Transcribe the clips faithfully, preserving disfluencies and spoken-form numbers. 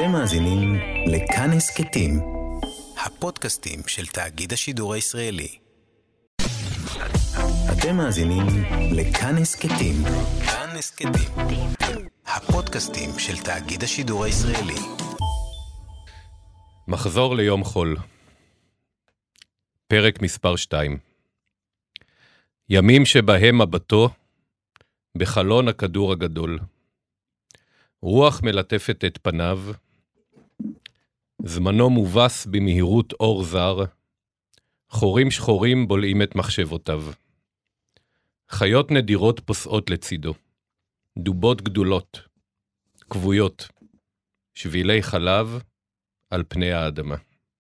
אתם מאזינים לכאן הסכתים, הפודקאסטים של תאגיד השידור הישראלי. אתם מאזינים לכאן הסכתים, כאן הסכתים, הפודקאסטים של תאגיד השידור הישראלי. מחזור ליום חול. פרק מספר שתיים. ימים שבהם מבטו בחלון הכדור הגדול. רוח מלטפת את פניו, זמנו מובס במהירות אור זר, חורים שחורים בולעים את מחשבותיו. חיות נדירות פוסעות לצידו, דובות גדולות, כבויות, שבילי חלב על פני האדמה.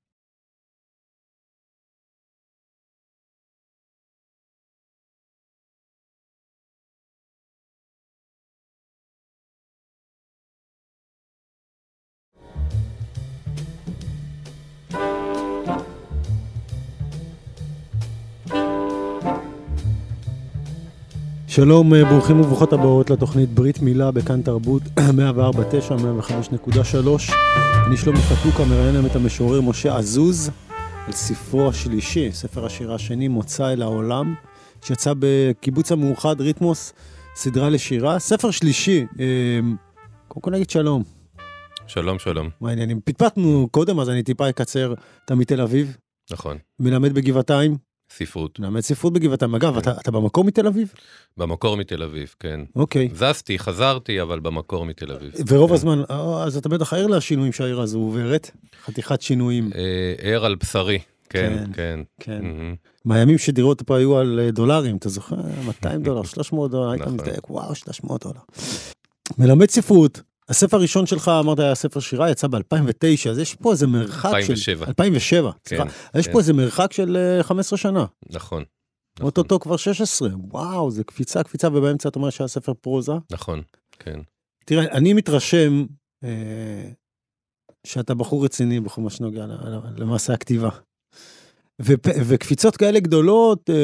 שלום, ברוכים וברוכות הבאות לתוכנית ברית מילה בכאן תרבות מאה וארבע נקודה תשע, מאה וחמש נקודה שלוש. אני שלומי חתוקה, מראיין היום את המשורר משה עזוז על ספרו השלישי, ספר השירה השני, מוצא אל העולם, שיצא בקיבוץ המאוחד ריתמוס, סדרה לשירה. ספר שלישי, קודם כל נגיד שלום. שלום, שלום. מה העניינים? פטפטנו קודם, אז אני טיפה אקצר. אתה מתל אביב? נכון. מלמד בגבעתיים? ספרות. מלמד ספרות בגבעתיים. אגב, אתה, אתה במקור מתל אביב? במקור מתל אביב, כן. אוקיי. זזתי, חזרתי, אבל במקור מתל אביב. ורוב כן. הזמן, אז אתה בטח ער לשינויים שהעיר הזו עוברת? חתיכת שינויים. ער על בשרי, כן, כן. כן. כן. Mm-hmm. מהימים שדירות פה היו על דולרים, אתה זוכר? מאתיים דולר, שלוש מאות דולר, היית נכון. מזדייק, וואו, שלוש מאות דולר. מלמד ספרות. הספר הראשון שלך, אמרת, היה ספר שירה, יצא ב-אלפיים ותשע, אז יש פה איזה מרחק של... אלפיים ושבע. אלפיים ושבע, סליחה. כן, יש כן. פה איזה מרחק של אה, חמש עשרה שנה. נכון. נכון. אוטוטו כבר שש עשרה. וואו, זה קפיצה, קפיצה, ובאמצע אתה אומר שהיה ספר פרוזה. נכון, כן. תראה, אני מתרשם אה, שאתה בחור רציני בכל מה שנוגע ל- ל- למעשה הכתיבה. ופ- וקפיצות כאלה גדולות, אה,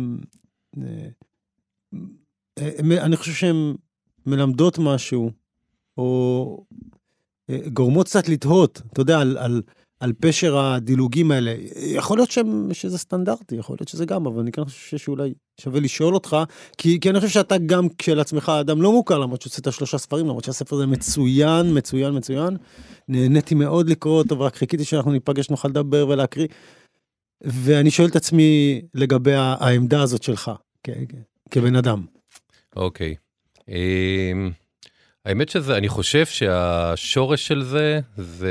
אה, אה, אני חושב שהן מלמדות משהו, או אה, גורמות קצת לתהות, אתה יודע, על, על, על פשר הדילוגים האלה. יכול להיות שהם, שזה סטנדרטי, יכול להיות שזה גם, אבל אני כאן חושב שאולי שווה לשאול אותך, כי, כי אני חושב שאתה גם כשלעצמך אדם לא מוכר, למרות שהוצאת שלושה ספרים, למרות שהספר הזה מצוין, מצוין, מצוין. נהניתי מאוד לקרוא אותו, ורק חיכיתי שאנחנו ניפגש, נוכל לדבר ולהקריא. ואני שואל את עצמי לגבי העמדה הזאת שלך, כ- כ- כבן אדם. אוקיי. אמ, האמת שזה, אני חושב שהשורש של זה, זה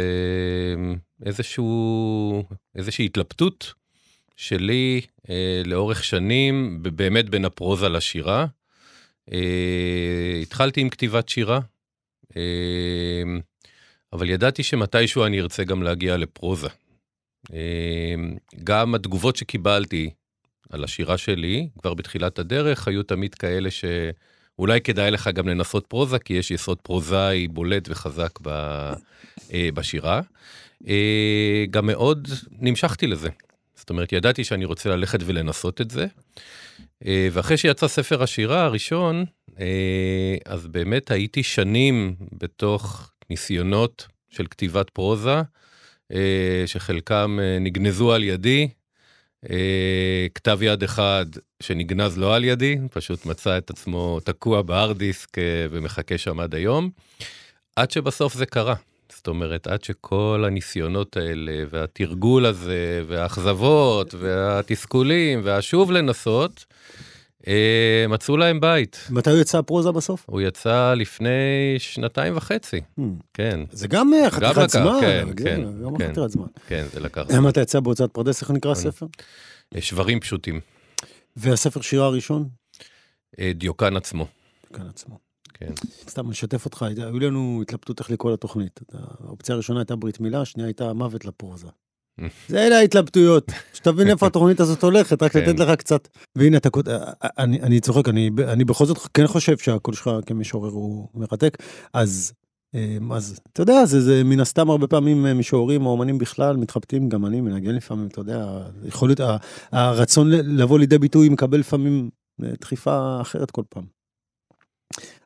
איזשהו, איזושהי התלבטות שלי אה, לאורך שנים, באמת בין הפרוזה לשירה. אה, התחלתי עם כתיבת שירה, אה, אבל ידעתי שמתישהו אני ארצה גם להגיע לפרוזה. אה, גם התגובות שקיבלתי על השירה שלי, כבר בתחילת הדרך, היו תמיד כאלה ש... אולי כדאי לך גם לנסות פרוזה, כי יש יסוד פרוזאי בולט וחזק ב, אה, בשירה. אה, גם מאוד נמשכתי לזה. זאת אומרת, ידעתי שאני רוצה ללכת ולנסות את זה. אה, ואחרי שיצא ספר השירה הראשון, אה, אז באמת הייתי שנים בתוך ניסיונות של כתיבת פרוזה, אה, שחלקם אה, נגנזו על ידי, Uh, כתב יד אחד שנגנז לא על ידי, פשוט מצא את עצמו תקוע בהארד דיסק uh, ומחכה שם עד היום, עד שבסוף זה קרה. זאת אומרת, עד שכל הניסיונות האלה, והתרגול הזה, והאכזבות, והתסכולים, והשוב לנסות, uh, מצאו להם בית. מתי הוא יצא הפרוזה בסוף? הוא יצא לפני שנתיים וחצי, Hmm. כן. זה גם אה, גם חתיכת לקח, זמן. כן, כן, כן, גם כן. חתיכת זמן. כן, זה לקח. למה אתה יצא בהוצאת פרדס, איך נקרא הספר? שברים פשוטים. והספר שירה הראשון? אה, דיוקן עצמו, כאן עצמו. כן. סתם לשתף אותך, היו לנו התלבטות איך לקרוא לתוכנית. האופציה הראשונה הייתה ברית מילה, השנייה הייתה מוות לפרוזה. זה אלה ההתלבטויות, שתבין איפה התוכנית הזאת הולכת, רק לתת לך קצת. והנה, אתה, אני, אני צוחק, אני, אני בכל זאת כן חושב שהקול שלך כמשורר הוא מרתק, אז, אז אתה יודע, זה, זה מן הסתם הרבה פעמים משוררים או אומנים בכלל מתחבטים, גם אני מנגן לפעמים, אתה יודע, יכול להיות, הרצון לבוא לידי ביטוי מקבל לפעמים דחיפה אחרת כל פעם.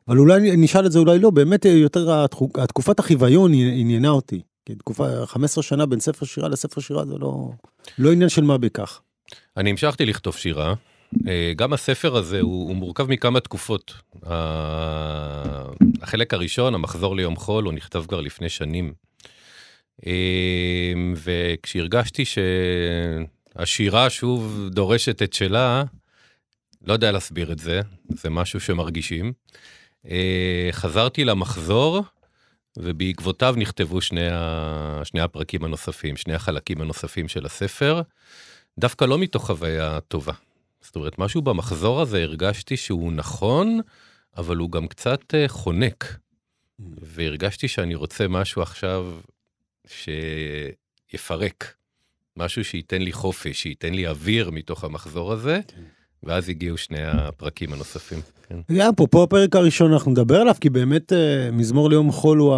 אבל אולי נשאל את זה, אולי לא, באמת יותר התקופת החוויון עניינה אותי. כי תקופה, חמש עשרה שנה בין ספר שירה לספר שירה, זה לא, לא עניין של מה בכך. אני המשכתי לכתוב שירה. גם הספר הזה הוא, הוא מורכב מכמה תקופות. החלק הראשון, המחזור ליום חול, הוא נכתב כבר לפני שנים. וכשהרגשתי שהשירה שוב דורשת את שלה, לא יודע להסביר את זה, זה משהו שמרגישים. חזרתי למחזור, ובעקבותיו נכתבו שני, ה... שני הפרקים הנוספים, שני החלקים הנוספים של הספר, דווקא לא מתוך חוויה טובה. זאת אומרת, משהו במחזור הזה הרגשתי שהוא נכון, אבל הוא גם קצת חונק. והרגשתי שאני רוצה משהו עכשיו שיפרק. משהו שייתן לי חופש, שייתן לי אוויר מתוך המחזור הזה, ואז הגיעו שני הפרקים הנוספים. כן. אפרופו הפרק הראשון אנחנו נדבר עליו, כי באמת מזמור ליום חול הוא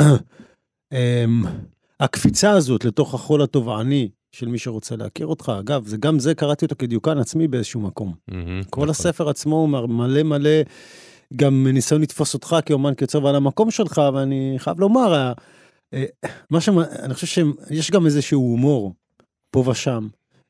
הקפיצה הזאת לתוך החול התובעני של מי שרוצה להכיר אותך. אגב, זה גם זה קראתי אותו כדיוקן עצמי באיזשהו מקום. כל הספר עצמו הוא מלא מלא, גם ניסיון לתפוס אותך כאומן כיוצר ועל המקום שלך, ואני חייב לומר, מה שאני חושב שיש גם איזשהו הומור פה ושם.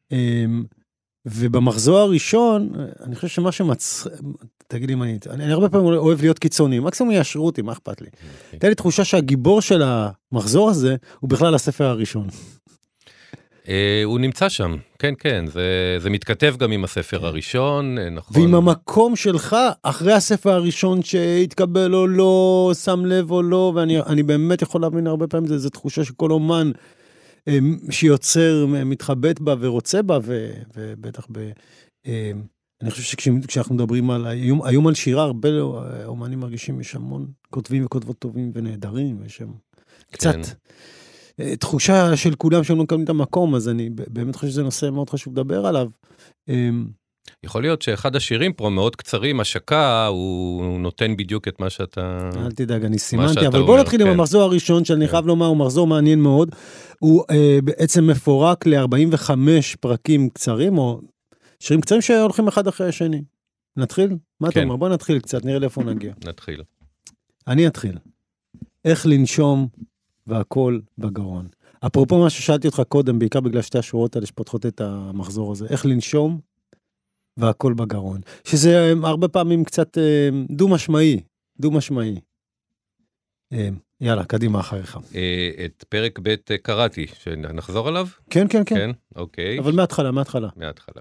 ובמחזור הראשון, אני חושב שמה שמצ... תגיד לי מה אני... אני הרבה פעמים אוהב להיות קיצוני, מקסימום יאשרו אותי, מה אכפת לי? תהיה לי תחושה שהגיבור של המחזור הזה, הוא בכלל הספר הראשון. הוא נמצא שם, כן, כן, זה מתכתב גם עם הספר הראשון, נכון. ועם המקום שלך, אחרי הספר הראשון שהתקבל או לא, שם לב או לא, ואני באמת יכול להבין הרבה פעמים, זו תחושה שכל אומן, שיוצר מתחבט בה ורוצה בה, ובטח ב... אני חושב שכשאנחנו מדברים על היום, היום על שירה, הרבה אומנים מרגישים, יש המון כותבים וכותבות טובים ונהדרים, ויש שם קצת תחושה של כולם שהם לא מקבלים את המקום, אז אני באמת חושב שזה נושא מאוד חשוב לדבר עליו. יכול להיות שאחד השירים פה מאוד קצרים, השקה, הוא נותן בדיוק את מה שאתה... אל תדאג, אני סימנתי, אבל בוא נתחיל עם המחזור הראשון, שאני חייב לומר, הוא מחזור מעניין מאוד, הוא בעצם מפורק ל-ארבעים וחמישה פרקים קצרים, או שירים קצרים שהולכים אחד אחרי השני. נתחיל? מה אתה אומר? בוא נתחיל קצת, נראה לאיפה נגיע. נתחיל. אני אתחיל. איך לנשום והכל בגרון. אפרופו מה ששאלתי אותך קודם, בעיקר בגלל שתי השורות האלה שפותחות את המחזור הזה, איך לנשום והכל בגרון. שזה הרבה פעמים קצת דו-משמעי, דו-משמעי. יאללה, קדימה אחריך. את פרק ב' קראתי, שנחזור עליו? כן, כן, כן. כן, אוקיי. אבל מההתחלה, מההתחלה. מההתחלה.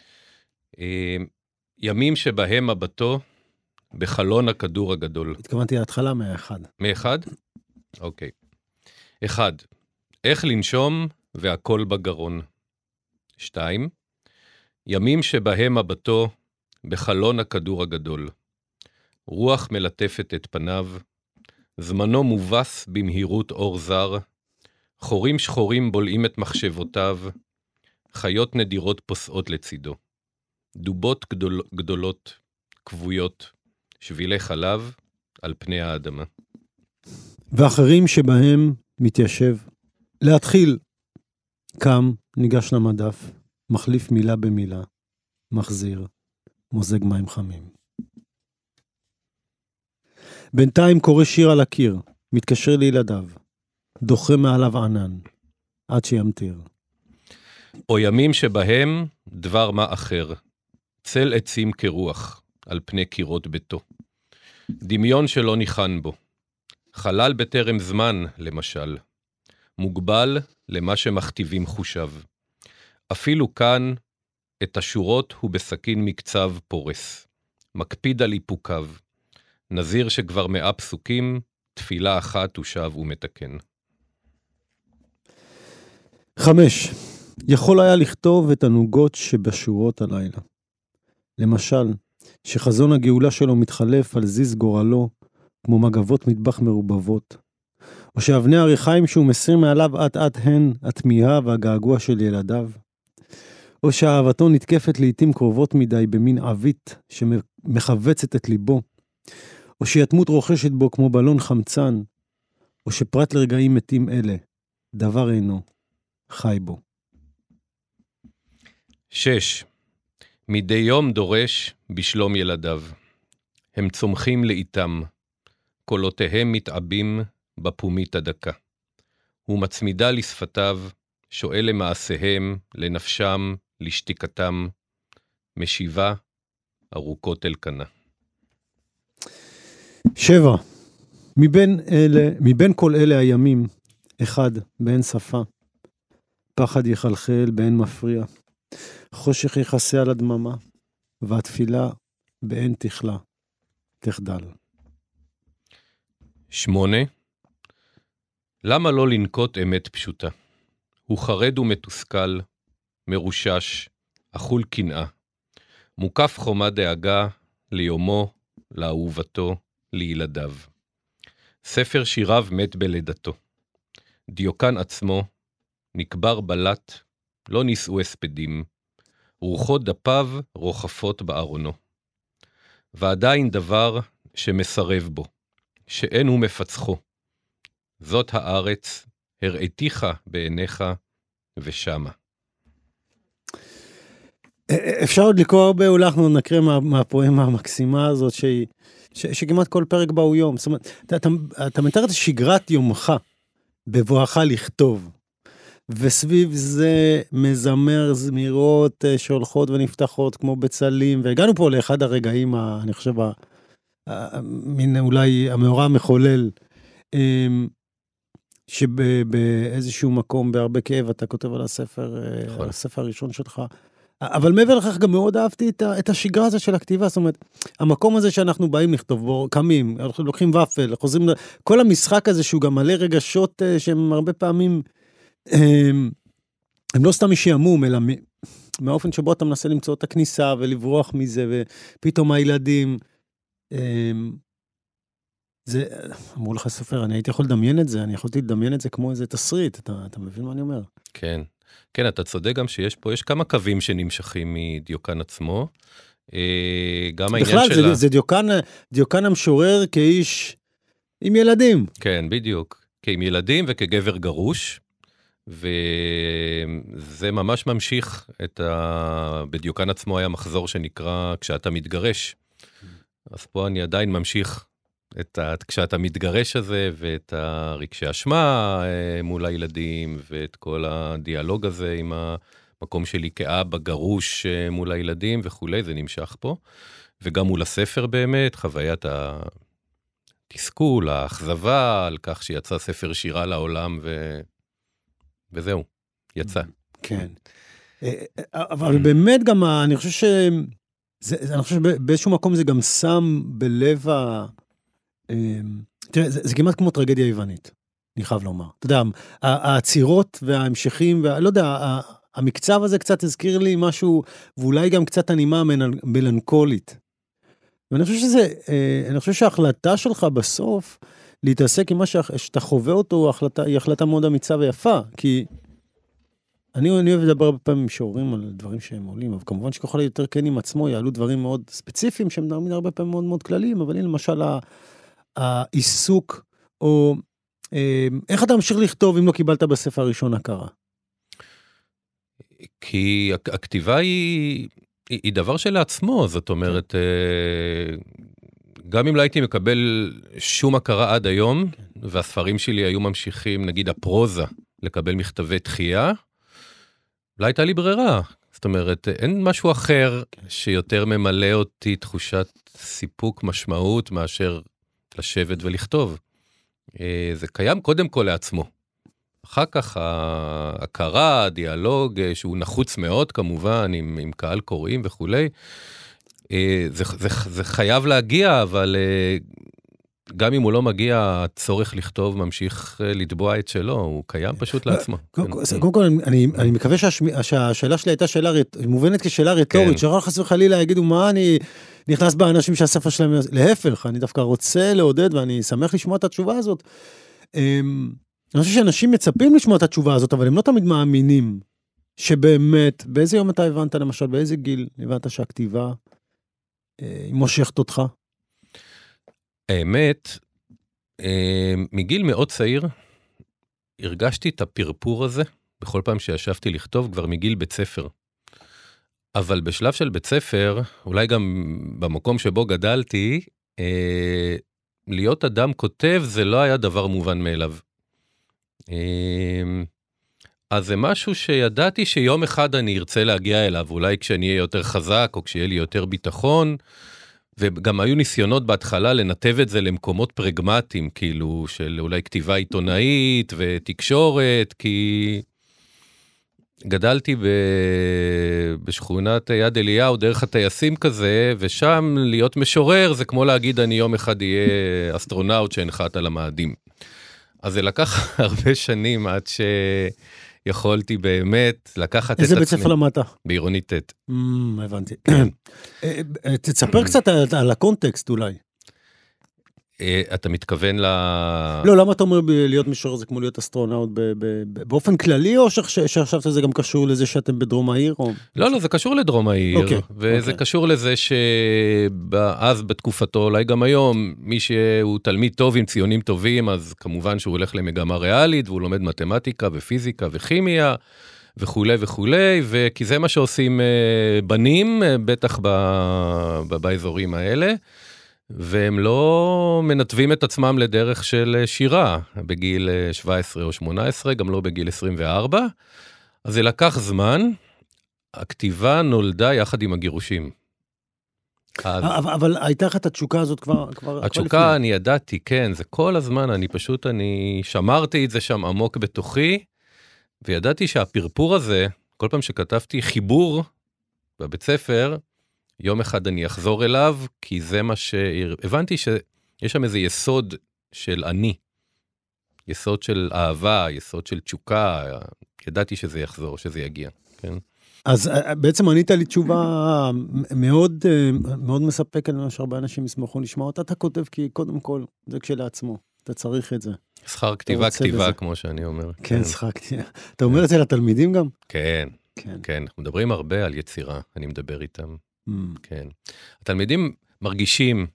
ימים שבהם מבטו בחלון הכדור הגדול. התכוונתי להתחלה מהאחד. מאחד? אוקיי. אחד, איך לנשום והכל בגרון. שתיים, ימים שבהם מבטו בחלון הכדור הגדול. רוח מלטפת את פניו, זמנו מובס במהירות אור זר, חורים שחורים בולעים את מחשבותיו, חיות נדירות פוסעות לצידו. דובות גדול, גדולות, כבויות, שבילי חלב על פני האדמה. ואחרים שבהם מתיישב. להתחיל, קם, ניגש למדף, מחליף מילה במילה, מחזיר, מוזג מים חמים. בינתיים קורא שיר על הקיר, מתקשר לילדיו, דוחה מעליו ענן, עד שימתיר. או ימים שבהם דבר מה אחר, צל עצים כרוח על פני קירות ביתו. דמיון שלא ניחן בו, חלל בטרם זמן למשל, מוגבל למה שמכתיבים חושיו. אפילו כאן את השורות הוא בסכין מקצב פורס, מקפיד על איפוקיו, נזיר שכבר מאה פסוקים, תפילה אחת הוא שב ומתקן. חמש, יכול היה לכתוב את הנוגות שבשורות הלילה. למשל, שחזון הגאולה שלו מתחלף על זיז גורלו, כמו מגבות מטבח מרובבות, או שאבני הריחיים שהוא מסיר מעליו עד עד הן התמיהה והגעגוע של ילדיו, או שאהבתו נתקפת לעתים קרובות מדי במין עבית שמחבצת את ליבו, או שיתמות רוכשת בו כמו בלון חמצן, או שפרט לרגעים מתים אלה, דבר אינו, חי בו. שש. מדי יום דורש בשלום ילדיו. הם צומחים לאיתם, קולותיהם מתעבים בפומית הדקה. הוא מצמידה לשפתיו, שואל למעשיהם, לנפשם, לשתיקתם, משיבה ארוכות אל קנה. שבע, מבין אלה, מבין כל אלה הימים, אחד, באין שפה, פחד יחלחל באין מפריע, חושך יחסה על הדממה, והתפילה באין תכלה, תחדל. שמונה, למה לא לנקוט אמת פשוטה? הוא חרד ומתוסכל, מרושש, אכול קנאה, מוקף חומה דאגה ליומו, לאהובתו, לילדיו. ספר שיריו מת בלידתו. דיוקן עצמו, נקבר בלט, לא נישאו הספדים, רוחות דפיו רוחפות בארונו. ועדיין דבר שמסרב בו, שאין הוא מפצחו. זאת הארץ, הראיתיך בעיניך ושמה. אפשר עוד לקרוא הרבה, אולי אנחנו נקרא מה, מהפואמה המקסימה הזאת, שהיא, ש, שכמעט כל פרק בה הוא יום. זאת אומרת, אתה, אתה, אתה מתאר את שגרת יומך, בבואך לכתוב, וסביב זה מזמר זמירות שהולכות ונפתחות כמו בצלים, והגענו פה לאחד הרגעים, אני חושב, מן אולי המאורע המחולל, שבאיזשהו מקום, בהרבה כאב, אתה כותב על הספר, על הספר הראשון שלך, אבל מעבר לכך גם מאוד אהבתי את השגרה הזו של הכתיבה, זאת אומרת, המקום הזה שאנחנו באים לכתוב בו, קמים, לוקחים ופל, חוזרים, כל המשחק הזה שהוא גם מלא רגשות שהם הרבה פעמים, הם, הם לא סתם משעמום, אלא מהאופן שבו אתה מנסה למצוא את הכניסה ולברוח מזה, ופתאום הילדים, הם, זה, אמרו לך סופר, אני הייתי יכול לדמיין את זה, אני יכולתי לדמיין את זה כמו איזה תסריט, אתה, אתה מבין מה אני אומר? כן, כן, אתה צודק גם שיש פה, יש כמה קווים שנמשכים מדיוקן עצמו, גם העניין בכלל, שלה... בכלל, זה, זה דיוקן, דיוקן המשורר כאיש עם ילדים. כן, בדיוק, כעם ילדים וכגבר גרוש, וזה ממש ממשיך את ה... בדיוקן עצמו היה מחזור שנקרא כשאתה מתגרש, אז פה אני עדיין ממשיך את ה... כשאתה מתגרש הזה, ואת הרגשי אשמה מול הילדים, ואת כל הדיאלוג הזה עם המקום שלי כאבא גרוש מול הילדים וכולי, זה נמשך פה, וגם מול הספר באמת, חוויית התסכול, האכזבה, על כך שיצא ספר שירה לעולם, ו... וזהו, יצא. כן. אבל באמת גם, אני חושב ש... זה, אני חושב שבאיזשהו מקום זה גם שם בלב ה... תראה, זה, זה כמעט כמו טרגדיה יוונית, אני חייב לומר. אתה יודע, העצירות וההמשכים, ולא יודע, המקצב הזה קצת הזכיר לי משהו, ואולי גם קצת הנימה מלנכולית. ואני חושב שזה, אני חושב שההחלטה שלך בסוף, להתעסק עם מה שאתה חווה אותו, היא החלטה מאוד אמיצה ויפה, כי אני, אני אוהב לדבר הרבה פעמים עם שעורים על דברים שהם עולים, אבל כמובן שככל היותר כן עם עצמו, יעלו דברים מאוד ספציפיים, שהם דברים הרבה פעמים מאוד מאוד כלליים, אבל הנה למשל העיסוק, או איך אתה ממשיך לכתוב אם לא קיבלת בספר הראשון הכרה? כי הכתיבה היא, היא דבר שלעצמו, זאת אומרת, גם אם לא הייתי מקבל שום הכרה עד היום, והספרים שלי היו ממשיכים, נגיד הפרוזה, לקבל מכתבי תחייה, לא הייתה לי ברירה. זאת אומרת, אין משהו אחר שיותר ממלא אותי תחושת סיפוק משמעות מאשר לשבת ולכתוב. זה קיים קודם כל לעצמו. אחר כך ההכרה, הדיאלוג, שהוא נחוץ מאוד כמובן, עם, עם קהל קוראים וכולי, זה, זה, זה חייב להגיע, אבל גם אם הוא לא מגיע, הצורך לכתוב ממשיך לטבוע את שלו, הוא קיים פשוט לעצמו. קודם כל, אני מקווה שהשאלה שלי הייתה שאלה מובנת כשאלה רטורית, שרק חס וחלילה יגידו מה אני נכנס באנשים שהספר שלהם, להפך, אני דווקא רוצה לעודד, ואני שמח לשמוע את התשובה הזאת. אני חושב שאנשים מצפים לשמוע את התשובה הזאת, אבל הם לא תמיד מאמינים שבאמת, באיזה יום אתה הבנת, למשל, באיזה גיל הבנת שהכתיבה היא מושכת אותך? האמת, מגיל מאוד צעיר, הרגשתי את הפרפור הזה, בכל פעם שישבתי לכתוב, כבר מגיל בית ספר. אבל בשלב של בית ספר, אולי גם במקום שבו גדלתי, אה, להיות אדם כותב זה לא היה דבר מובן מאליו. אה, אז זה משהו שידעתי שיום אחד אני ארצה להגיע אליו, אולי כשאני אהיה יותר חזק, או כשיהיה לי יותר ביטחון, וגם היו ניסיונות בהתחלה לנתב את זה למקומות פרגמטיים, כאילו של אולי כתיבה עיתונאית ותקשורת, כי גדלתי ב... בשכונת יד אליהו, דרך הטייסים כזה, ושם להיות משורר זה כמו להגיד אני יום אחד אהיה אסטרונאוט שהנחת על המאדים. אז זה לקח הרבה שנים עד שיכולתי באמת לקחת את עצמי. איזה בית ספר למדת? בעירונית ט'. הבנתי. תספר קצת על הקונטקסט אולי. אתה מתכוון ל... לא, למה אתה אומר להיות משורר זה כמו להיות אסטרונאוט באופן כללי, או שעכשיו זה גם קשור לזה שאתם בדרום העיר? לא, לא, זה קשור לדרום העיר, וזה קשור לזה שאז בתקופתו, אולי גם היום, מי שהוא תלמיד טוב עם ציונים טובים, אז כמובן שהוא הולך למגמה ריאלית, והוא לומד מתמטיקה ופיזיקה וכימיה, וכו' וכו', וכי זה מה שעושים בנים, בטח באזורים האלה, והם לא מנתבים את עצמם לדרך של שירה, בגיל שבע עשרה או שמונה עשרה, גם לא בגיל עשרים וארבע, אז זה לקח זמן, הכתיבה נולדה יחד עם הגירושים. אז... אבל הייתה לך את התשוקה הזאת כבר, כבר התשוקה כבר אני ידעתי, כן, זה כל הזמן, אני פשוט, אני שמרתי את זה שם עמוק בתוכי, וידעתי שהפרפור הזה, כל פעם שכתבתי חיבור בבית ספר, יום אחד אני אחזור אליו, כי זה מה שהבנתי שיש שם איזה יסוד של אני, יסוד של אהבה, יסוד של תשוקה, ידעתי שזה יחזור, שזה יגיע, כן? אז בעצם ענית לי תשובה מאוד, מאוד מספקת, יש הרבה אנשים ישמחו לשמוע אותה, אתה כותב כי קודם כל, זה כשלעצמו, אתה צריך את זה. שכר כתיבה, כתיבה, כמו שאני אומר. כן, שכר כתיבה. אתה אומר את זה לתלמידים גם? כן, כן, אנחנו מדברים הרבה על יצירה, אני מדבר איתם. כן. התלמידים מרגישים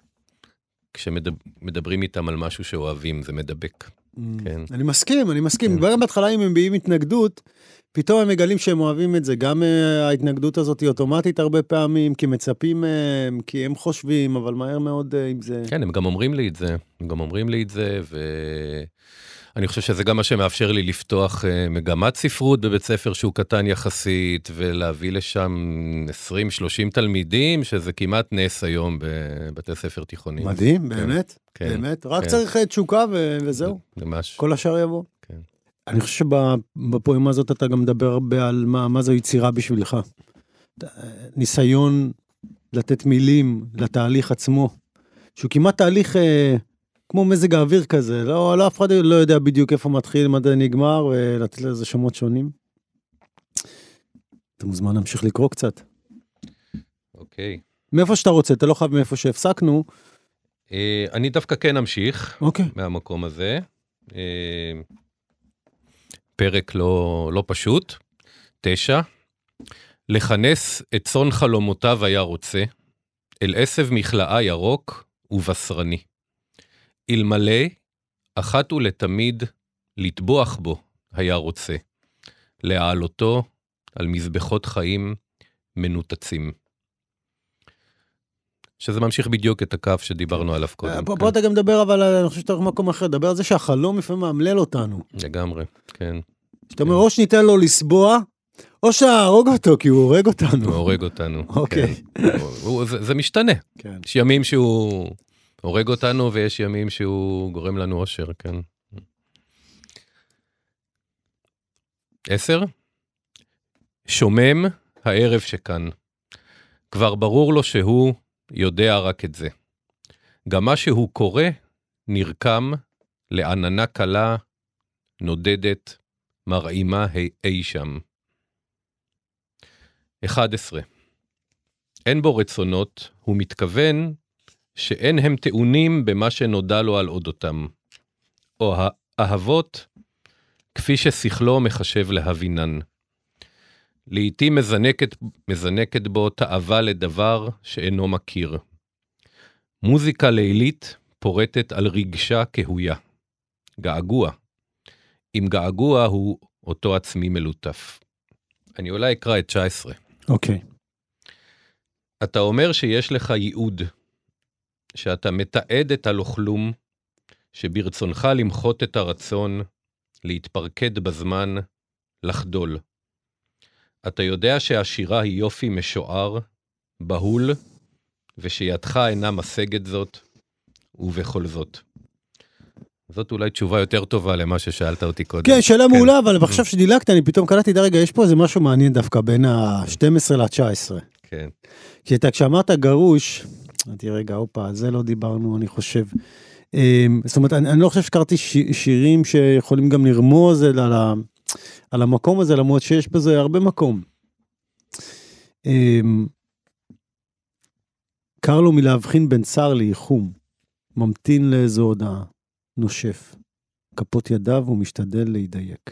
כשמדברים איתם על משהו שאוהבים, זה מדבק. כן. אני מסכים, אני מסכים. כבר בהתחלה אם הם באים התנגדות, פתאום הם מגלים שהם אוהבים את זה. גם ההתנגדות הזאת היא אוטומטית הרבה פעמים, כי מצפים מהם, כי הם חושבים, אבל מהר מאוד עם זה. כן, הם גם אומרים לי את זה. הם גם אומרים לי את זה, ו... אני חושב שזה גם מה שמאפשר לי לפתוח מגמת ספרות בבית ספר שהוא קטן יחסית, ולהביא לשם עשרים שלושים תלמידים, שזה כמעט נס היום בבתי ספר תיכוניים. מדהים, כן, באמת, כן, באמת. רק כן. צריך תשוקה ו- וזהו. ממש. כל השאר יבוא. כן. אני חושב שבפואמה הזאת אתה גם מדבר הרבה על מה, מה זו יצירה בשבילך. ניסיון לתת מילים לתהליך עצמו, שהוא כמעט תהליך... כמו מזג האוויר כזה, לא, לא, אף אחד לא יודע בדיוק איפה מתחיל, מתי נגמר, ולתת לזה שמות שונים. אתה מוזמן להמשיך לקרוא קצת. אוקיי. מאיפה שאתה רוצה, אתה לא חייב מאיפה שהפסקנו. אה, אני דווקא כן אמשיך, אוקיי. מהמקום הזה. אה, פרק לא, לא פשוט. תשע. לכנס את צאן חלומותיו היה רוצה, אל עשב מכלאה ירוק ובשרני. אלמלא, אחת ולתמיד, לטבוח בו היה רוצה, להעלותו על מזבחות חיים מנותצים. שזה ממשיך בדיוק את הקו שדיברנו עליו קודם. פה, פה אתה גם מדבר, אבל אני חושב שאתה הולך במקום אחר, דבר על זה שהחלום לפעמים מאמלל אותנו. לגמרי, כן. שאתה אומר, או שניתן לו לסבוע, או שהרוג אותו, כי הוא הורג אותנו. הוא הורג אותנו. אוקיי. זה משתנה. יש ימים שהוא... הורג אותנו, ויש ימים שהוא גורם לנו אושר, כן. עשר. שומם הערב שכאן. כבר ברור לו שהוא יודע רק את זה. גם מה שהוא קורא נרקם לעננה קלה, נודדת, מרעימה אי שם. אחד עשרה. אין בו רצונות, הוא מתכוון שאין הם טעונים במה שנודע לו על אודותם, או האהבות כפי ששכלו מחשב להבינן. לעתים מזנקת, מזנקת בו תאווה לדבר שאינו מכיר. מוזיקה לילית פורטת על רגשה כהויה. געגוע. אם געגוע הוא אותו עצמי מלוטף. אני אולי אקרא את תשע עשרה. אוקיי. אתה אומר שיש לך ייעוד, שאתה מתעד את הלוכלום, שברצונך למחות את הרצון, להתפרקד בזמן, לחדול. אתה יודע שהשירה היא יופי משוער, בהול, ושידך אינה משגת זאת, ובכל זאת. זאת אולי תשובה יותר טובה למה ששאלת אותי קודם. כן, שאלה כן. מעולה, אבל עכשיו שדילגת, אני פתאום קלטתי, רגע, יש פה איזה משהו מעניין דווקא בין ה-שתים עשרה ל-תשע עשרה. כן. כי אתה, כשאמרת גרוש, אמרתי, רגע, אופה, על זה לא דיברנו, אני חושב. זאת אומרת, אני, אני לא חושב שקראתי ש, שירים שיכולים גם לרמוז על, ה, על המקום הזה, למרות שיש בזה הרבה מקום. קר לו מלהבחין בין צער ליחום, ממתין לאיזו הודעה, נושף, כפות ידיו ומשתדל להידייק.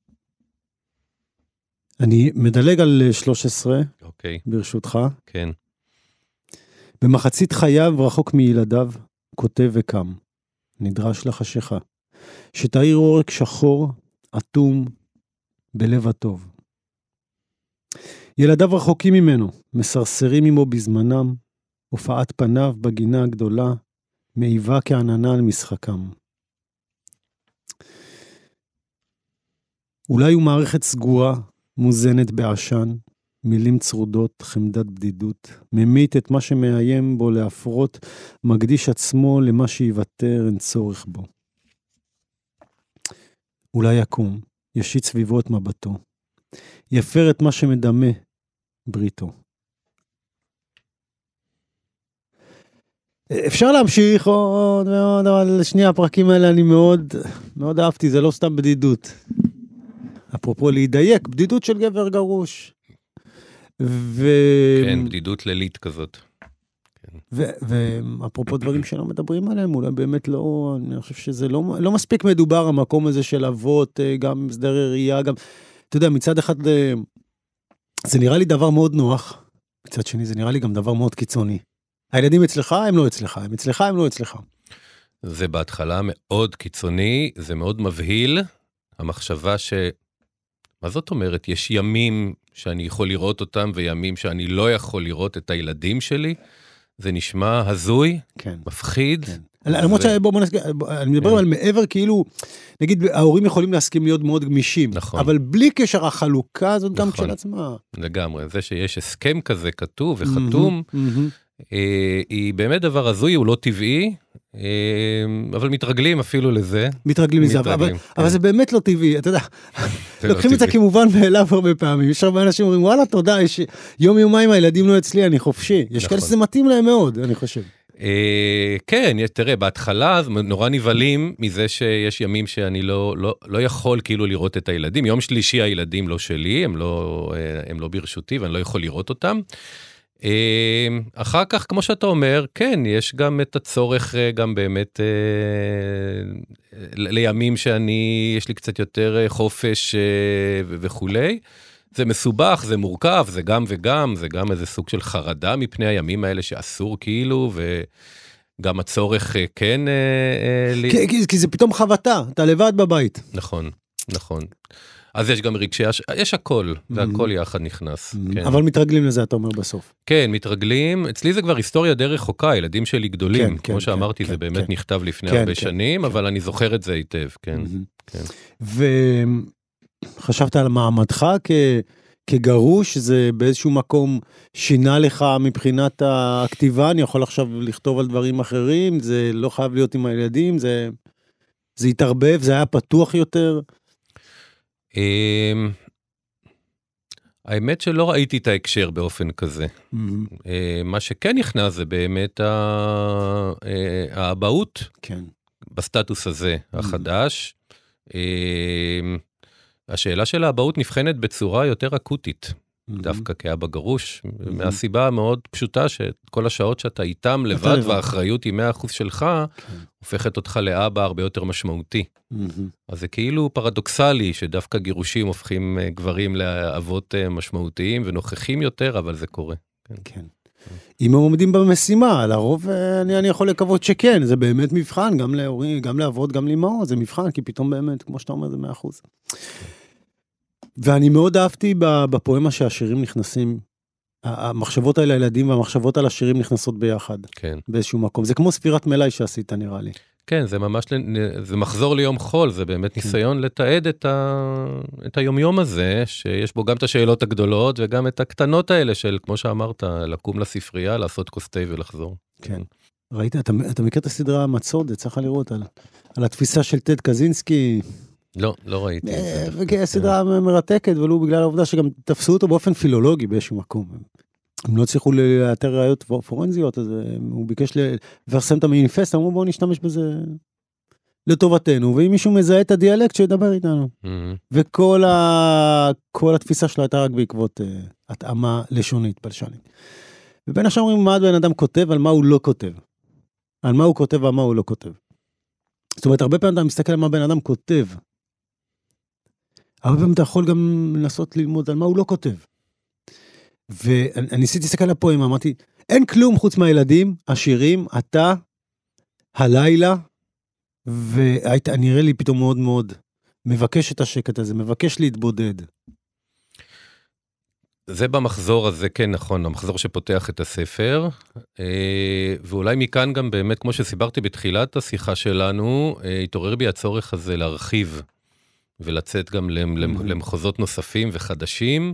אני מדלג על שלוש עשרה, אוקיי. ברשותך. כן. במחצית חייו רחוק מילדיו, כותב וקם, נדרש לחשיכה, שתאיר עורק שחור, אטום, בלב הטוב. ילדיו רחוקים ממנו, מסרסרים עמו בזמנם, הופעת פניו בגינה הגדולה, מעיבה כעננה על משחקם. אולי הוא מערכת סגורה, מוזנת בעשן, מילים צרודות, חמדת בדידות, ממית את מה שמאיים בו להפרות, מקדיש עצמו למה שיוותר, אין צורך בו. אולי יקום, ישית סביבו את מבטו, יפר את מה שמדמה בריתו. אפשר להמשיך עוד מאוד, אבל שני הפרקים האלה אני מאוד, מאוד אהבתי, זה לא סתם בדידות. אפרופו להידייק, בדידות של גבר גרוש. ו... כן, בדידות לילית כזאת. ואפרופו דברים שלא מדברים עליהם, אולי באמת לא, אני חושב שזה לא, לא מספיק מדובר, המקום הזה של אבות, גם סדר ראייה, גם, אתה יודע, מצד אחד, זה נראה לי דבר מאוד נוח, מצד שני, זה נראה לי גם דבר מאוד קיצוני. הילדים אצלך, הם לא אצלך, הם אצלך, הם לא אצלך. זה בהתחלה מאוד קיצוני, זה מאוד מבהיל, המחשבה ש... מה זאת אומרת? יש ימים שאני יכול לראות אותם, וימים שאני לא יכול לראות את הילדים שלי, זה נשמע הזוי, כן. מפחיד. כן. למרות שבואו נסכים, אני מדבר על מעבר כאילו, נגיד ההורים יכולים להסכים להיות מאוד גמישים, נכון. אבל בלי קשר החלוקה הזאת גם של עצמה. לגמרי, זה שיש הסכם כזה כתוב וחתום, היא באמת דבר הזוי, הוא לא טבעי, אבל מתרגלים אפילו לזה. מתרגלים לזה, אבל זה באמת לא טבעי, אתה יודע, לוקחים את זה כמובן מאליו הרבה פעמים, יש הרבה אנשים אומרים, וואלה, תודה, יום יומיים הילדים לא אצלי, אני חופשי, יש כאלה שזה מתאים להם מאוד, אני חושב. כן, תראה, בהתחלה נורא נבלים מזה שיש ימים שאני לא יכול כאילו לראות את הילדים, יום שלישי הילדים לא שלי, הם לא ברשותי ואני לא יכול לראות אותם, אחר כך, כמו שאתה אומר, כן, יש גם את הצורך גם באמת לימים שאני, יש לי קצת יותר חופש וכולי. זה מסובך, זה מורכב, זה גם וגם, זה גם איזה סוג של חרדה מפני הימים האלה שאסור כאילו, וגם הצורך כן... כי, כי, כי זה פתאום חבטה, אתה לבד בבית. נכון, נכון. אז יש גם רגשי, יש הכל, והכל יחד נכנס. אבל מתרגלים לזה, אתה אומר בסוף. כן, מתרגלים. אצלי זה כבר היסטוריה די רחוקה, ילדים שלי גדולים. כמו שאמרתי, זה באמת נכתב לפני הרבה שנים, אבל אני זוכר את זה היטב, כן. וחשבת על מעמדך כגרוש, זה באיזשהו מקום שינה לך מבחינת הכתיבה, אני יכול עכשיו לכתוב על דברים אחרים, זה לא חייב להיות עם הילדים, זה התערבב, זה היה פתוח יותר. האמת שלא ראיתי את ההקשר באופן כזה. מה שכן נכנס זה באמת האבהות בסטטוס הזה החדש. השאלה של האבהות נבחנת בצורה יותר אקוטית, דווקא כאבא גרוש, מהסיבה המאוד פשוטה שכל השעות שאתה איתם לבד והאחריות היא מאה אחוז שלך, הופכת אותך לאבא הרבה יותר משמעותי. אז זה כאילו פרדוקסלי שדווקא גירושים הופכים גברים לאבות משמעותיים ונוכחים יותר, אבל זה קורה. כן. אם הם עומדים במשימה, לרוב אני, אני יכול לקוות שכן, זה באמת מבחן, גם להורים, גם לאבות, גם לאמהות, זה מבחן, כי פתאום באמת, כמו שאתה אומר, זה מאה אחוז. ואני מאוד אהבתי בפואמה שהשירים נכנסים, המחשבות על הילדים והמחשבות על השירים נכנסות ביחד. כן. באיזשהו מקום. זה כמו ספירת מלאי שעשית, נראה לי. כן, זה ממש, זה מחזור ליום חול, זה באמת ניסיון לתעד את, ה, את היומיום הזה, שיש בו גם את השאלות הגדולות, וגם את הקטנות האלה של, כמו שאמרת, לקום לספרייה, לעשות כוס תה ולחזור. כן. ראית, אתה, אתה מכיר את הסדרה המצוד, צריך לראות על, על התפיסה של טד קזינסקי. לא, לא ראיתי את זה. וכן, הסדרה מרתקת, ולו בגלל העובדה שגם תפסו אותו באופן פילולוגי באיזשהו מקום. הם לא צריכו לאתר ראיות פורנזיות, אז הוא ביקש לפרסם את המניפסט, אמרו בואו נשתמש בזה לטובתנו, ואם מישהו מזהה את הדיאלקט, שידבר איתנו. וכל ה... כל התפיסה שלו הייתה רק בעקבות התאמה לשונית, פלשנית. ובין השאר אומרים מה בן אדם כותב, על מה הוא לא כותב. על מה הוא כותב ועל מה הוא לא כותב. זאת אומרת, הרבה פעמים אתה מסתכל על מה בן אדם כותב. הרבה פעמים אתה יכול גם לנסות ללמוד על מה הוא לא כותב. ואני ניסיתי להסתכל על הפואמה, אמרתי, אין כלום חוץ מהילדים, השירים, אתה, הלילה, והיית, נראה לי פתאום מאוד מאוד, מבקש את השקט הזה, מבקש להתבודד. זה במחזור הזה, כן, נכון, המחזור שפותח את הספר, ואולי מכאן גם באמת, כמו שסיברתי בתחילת השיחה שלנו, התעורר בי הצורך הזה להרחיב, ולצאת גם למחוזות נוספים וחדשים,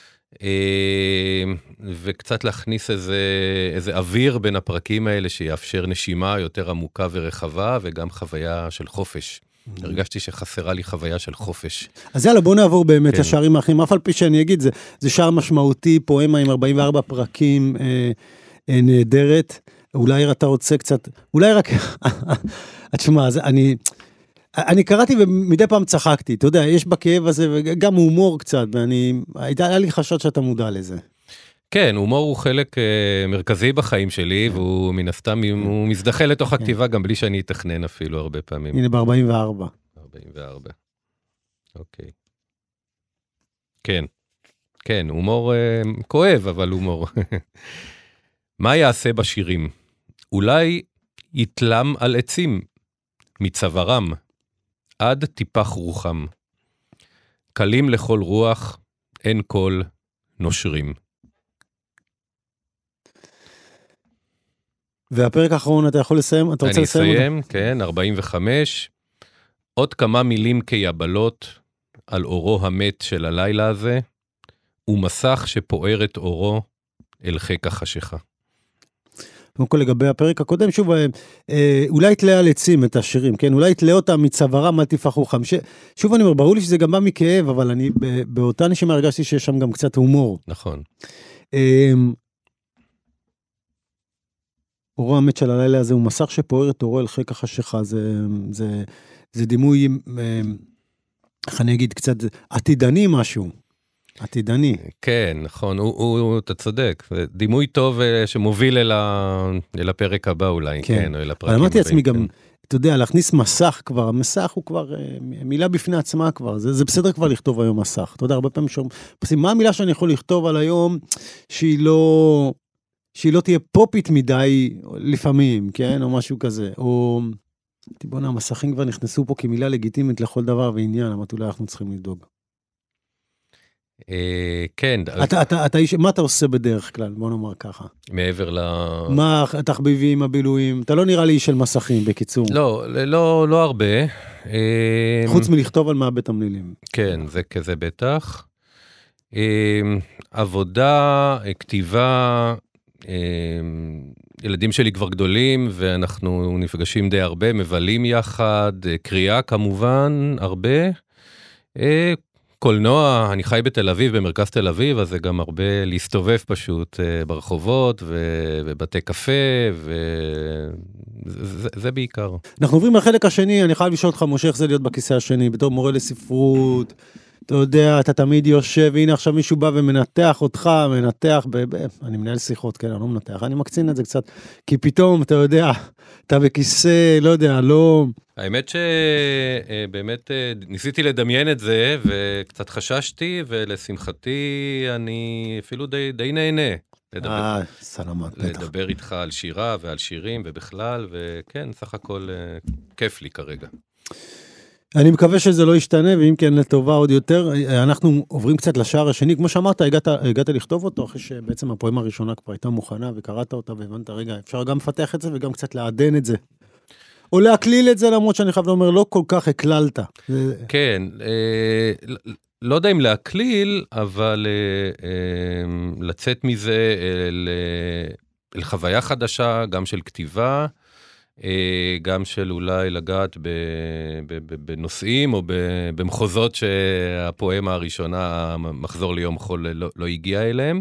וקצת להכניס איזה, איזה אוויר בין הפרקים האלה שיאפשר נשימה יותר עמוקה ורחבה, וגם חוויה של חופש. הרגשתי שחסרה לי חוויה של חופש. אז יאללה, בוא נעבור באמת לשערים האחרים, אף על פי שאני אגיד, זה, זה שער משמעותי, פואמה עם ארבעים וארבע פרקים אה, אה, נהדרת, אולי אתה רוצה קצת, אולי רק, תשמע, אני... אני קראתי ומדי פעם צחקתי, אתה יודע, יש בכאב הזה וגם הומור קצת, ואני, היה לי חשד שאתה מודע לזה. כן, הומור הוא חלק uh, מרכזי בחיים שלי, והוא מן הסתם, הוא מזדחה לתוך הכתיבה, גם בלי שאני אתכנן אפילו הרבה פעמים. הנה, ב-ארבעים וארבע. ארבעים וארבע. אוקיי. כן. כן, הומור uh, כואב, אבל הומור. מה יעשה בשירים? אולי יתלם על עצים מצווארם. עד טיפח רוחם. קלים לכל רוח, אין קול, נושרים. והפרק האחרון אתה יכול לסיים? אתה רוצה לסיים? אני אסיים, כן, ארבעים וחמש. עוד כמה מילים כיבלות על אורו המת של הלילה הזה, ומסך שפוער את אורו אל חיק החשיכה. קודם כל לגבי הפרק הקודם, שוב, אולי תלאה על עצים את השירים, כן? אולי תלאה אותם מצווארם, אל תפח רוחם. שוב אני אומר, ברור לי שזה גם בא מכאב, אבל אני באותה נשימה הרגשתי שיש שם גם קצת הומור. נכון. אורו המת של הלילה הזה הוא מסך שפוער את אורו אל חיק החשיכה, זה דימוי, איך אני אגיד, קצת עתידני משהו. עתידני. כן, נכון, הוא, הוא, אתה צודק, דימוי טוב שמוביל אל, ה, אל הפרק הבא אולי, כן, כן או אל הפרקים הבאים. אבל אמרתי לעצמי גם, כן. אתה יודע, להכניס מסך כבר, המסך הוא כבר מילה בפני עצמה כבר, זה, זה בסדר כבר לכתוב היום מסך, אתה יודע, הרבה פעמים שום, מה המילה שאני יכול לכתוב על היום, שהיא לא, שהיא לא תהיה פופית מדי, לפעמים, כן, או משהו כזה, או, בוא'נה, המסכים כבר נכנסו פה כמילה לגיטימית לכל דבר ועניין, אמרתי, אולי אנחנו צריכים לדאוג. כן. מה אתה עושה בדרך כלל? בוא נאמר ככה. מעבר ל... מה התחביבים, הבילויים? אתה לא נראה לי של מסכים, בקיצור. לא, לא, לא הרבה. חוץ מלכתוב על מעבד תמלילים. כן, זה כזה בטח. עבודה, כתיבה, ילדים שלי כבר גדולים, ואנחנו נפגשים די הרבה, מבלים יחד, קריאה כמובן, הרבה. קולנוע, אני חי בתל אביב, במרכז תל אביב, אז זה גם הרבה להסתובב פשוט ברחובות ובבתי קפה, וזה בעיקר. אנחנו עוברים לחלק השני, אני חייב לשאול אותך, משה, איך זה להיות בכיסא השני, בתור מורה לספרות, אתה יודע, אתה תמיד יושב, והנה עכשיו מישהו בא ומנתח אותך, מנתח, אני מנהל שיחות, כן, אני לא מנתח, אני מקצין את זה קצת, כי פתאום, אתה יודע, אתה בכיסא, לא יודע, לא... האמת שבאמת ניסיתי לדמיין את זה, וקצת חששתי, ולשמחתי אני אפילו די, די נהנה. אה, סלמת, בטח. לדבר איתך על שירה ועל שירים ובכלל, וכן, סך הכל כיף לי כרגע. אני מקווה שזה לא ישתנה, ואם כן לטובה עוד יותר, אנחנו עוברים קצת לשער השני, כמו שאמרת, הגעת, הגעת לכתוב אותו, אחרי שבעצם הפואמה הראשונה כבר הייתה מוכנה, וקראת אותה, והבנת, רגע, אפשר גם לפתח את זה, וגם קצת לעדן את זה. או להקליל את זה, למרות שאני חייב לומר, לא כל כך הקללת. כן, אה, לא יודע אם להקליל, אבל אה, אה, לצאת מזה אל, אל חוויה חדשה, גם של כתיבה, גם של אולי לגעת בנושאים או במחוזות שהפואמה הראשונה, מחזור ליום חול, לא, לא הגיע אליהם.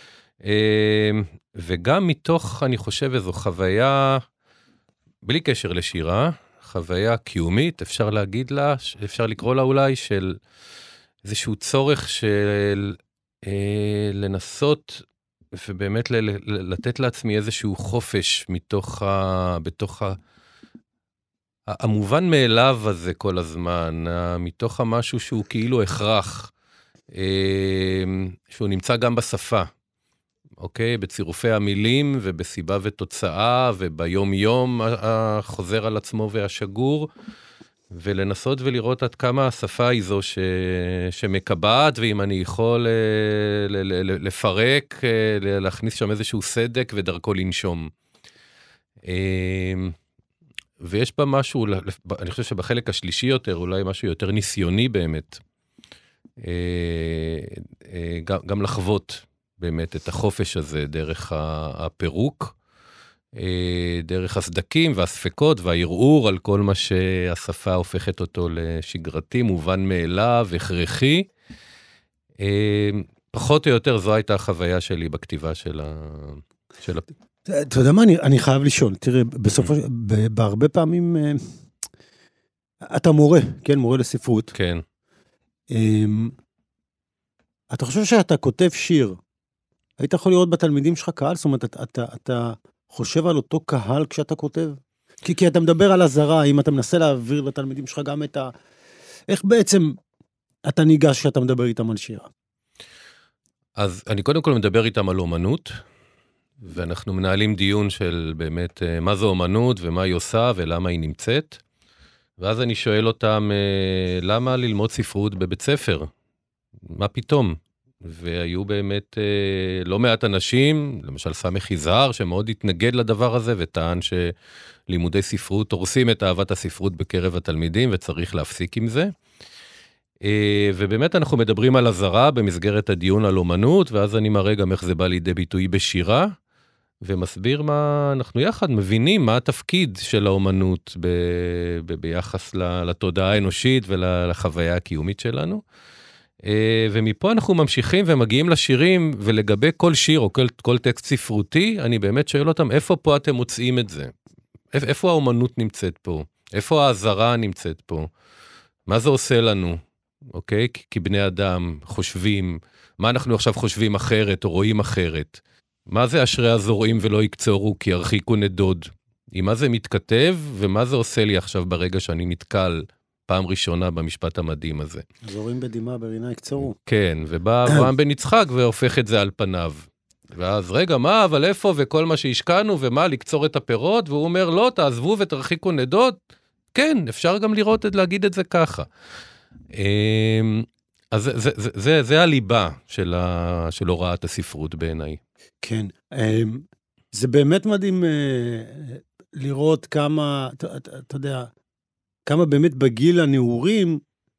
וגם מתוך, אני חושב, איזו חוויה, בלי קשר לשירה, חוויה קיומית, אפשר להגיד לה, אפשר לקרוא לה אולי, של איזשהו צורך של לנסות ובאמת לתת לעצמי איזשהו חופש מתוך ה... בתוך ה... המובן מאליו הזה כל הזמן, מתוך המשהו שהוא כאילו הכרח, שהוא נמצא גם בשפה, אוקיי? בצירופי המילים ובסיבה ותוצאה וביום יום החוזר על עצמו והשגור, ולנסות ולראות עד כמה השפה היא זו ש... שמקבעת, ואם אני יכול ל... ל... ל... לפרק, להכניס שם איזשהו סדק ודרכו לנשום. ויש בה משהו, אני חושב שבחלק השלישי יותר, אולי משהו יותר ניסיוני באמת, גם, גם לחוות באמת את החופש הזה דרך הפירוק, דרך הסדקים והספקות והערעור על כל מה שהשפה הופכת אותו לשגרתי, מובן מאליו, הכרחי. פחות או יותר זו הייתה החוויה שלי בכתיבה של ה... של ה... אתה יודע מה, אני, אני חייב לשאול, תראה, בסופו, בהרבה פעמים, אתה מורה, כן, מורה לספרות. כן. אתה חושב שאתה כותב שיר, היית יכול לראות בתלמידים שלך קהל? זאת אומרת, אתה, אתה, אתה חושב על אותו קהל כשאתה כותב? כי, כי אתה מדבר על הזרה, אם אתה מנסה להעביר לתלמידים שלך גם את ה... איך בעצם אתה ניגש כשאתה מדבר איתם על שירה? אז אני קודם כל מדבר איתם על אומנות, ואנחנו מנהלים דיון של באמת מה זו אומנות ומה היא עושה ולמה היא נמצאת. ואז אני שואל אותם, למה ללמוד ספרות בבית ספר? מה פתאום? והיו באמת לא מעט אנשים, למשל סמך יזהר, שמאוד התנגד לדבר הזה, וטען שלימודי ספרות הורסים את אהבת הספרות בקרב התלמידים, וצריך להפסיק עם זה. ובאמת אנחנו מדברים על הזרה במסגרת הדיון על אומנות, ואז אני מראה גם איך זה בא לידי ביטוי בשירה, ומסביר מה אנחנו יחד מבינים, מה התפקיד של האומנות ב, ב, ביחס לתודעה האנושית ולחוויה הקיומית שלנו. ומפה אנחנו ממשיכים ומגיעים לשירים, ולגבי כל שיר או כל, כל טקסט ספרותי, אני באמת שואל אותם, איפה פה אתם מוצאים את זה? איפה האומנות נמצאת פה? איפה ההזרה נמצאת פה? מה זה עושה לנו? אוקיי? כי בני אדם חושבים, מה אנחנו עכשיו חושבים אחרת או רואים אחרת? מה זה אשרי הזורעים ולא יקצורו כי ירחיקו נדוד? עם מה זה מתכתב ומה זה עושה לי עכשיו ברגע שאני נתקל פעם ראשונה במשפט המדהים הזה? זורעים בדמעה ברינה יקצורו. כן, ובא אברהם בן יצחק והופך את זה על פניו. ואז רגע, מה, אבל איפה וכל מה שהשקענו ומה, לקצור את הפירות? והוא אומר, לא, תעזבו ותרחיקו נדוד. כן, אפשר גם לראות את, להגיד את זה ככה. אז זה, זה, זה, זה, זה הליבה של, ה, של הוראת הספרות בעיניי. כן, זה באמת מדהים לראות כמה, אתה, אתה יודע, כמה באמת בגיל הנעורים,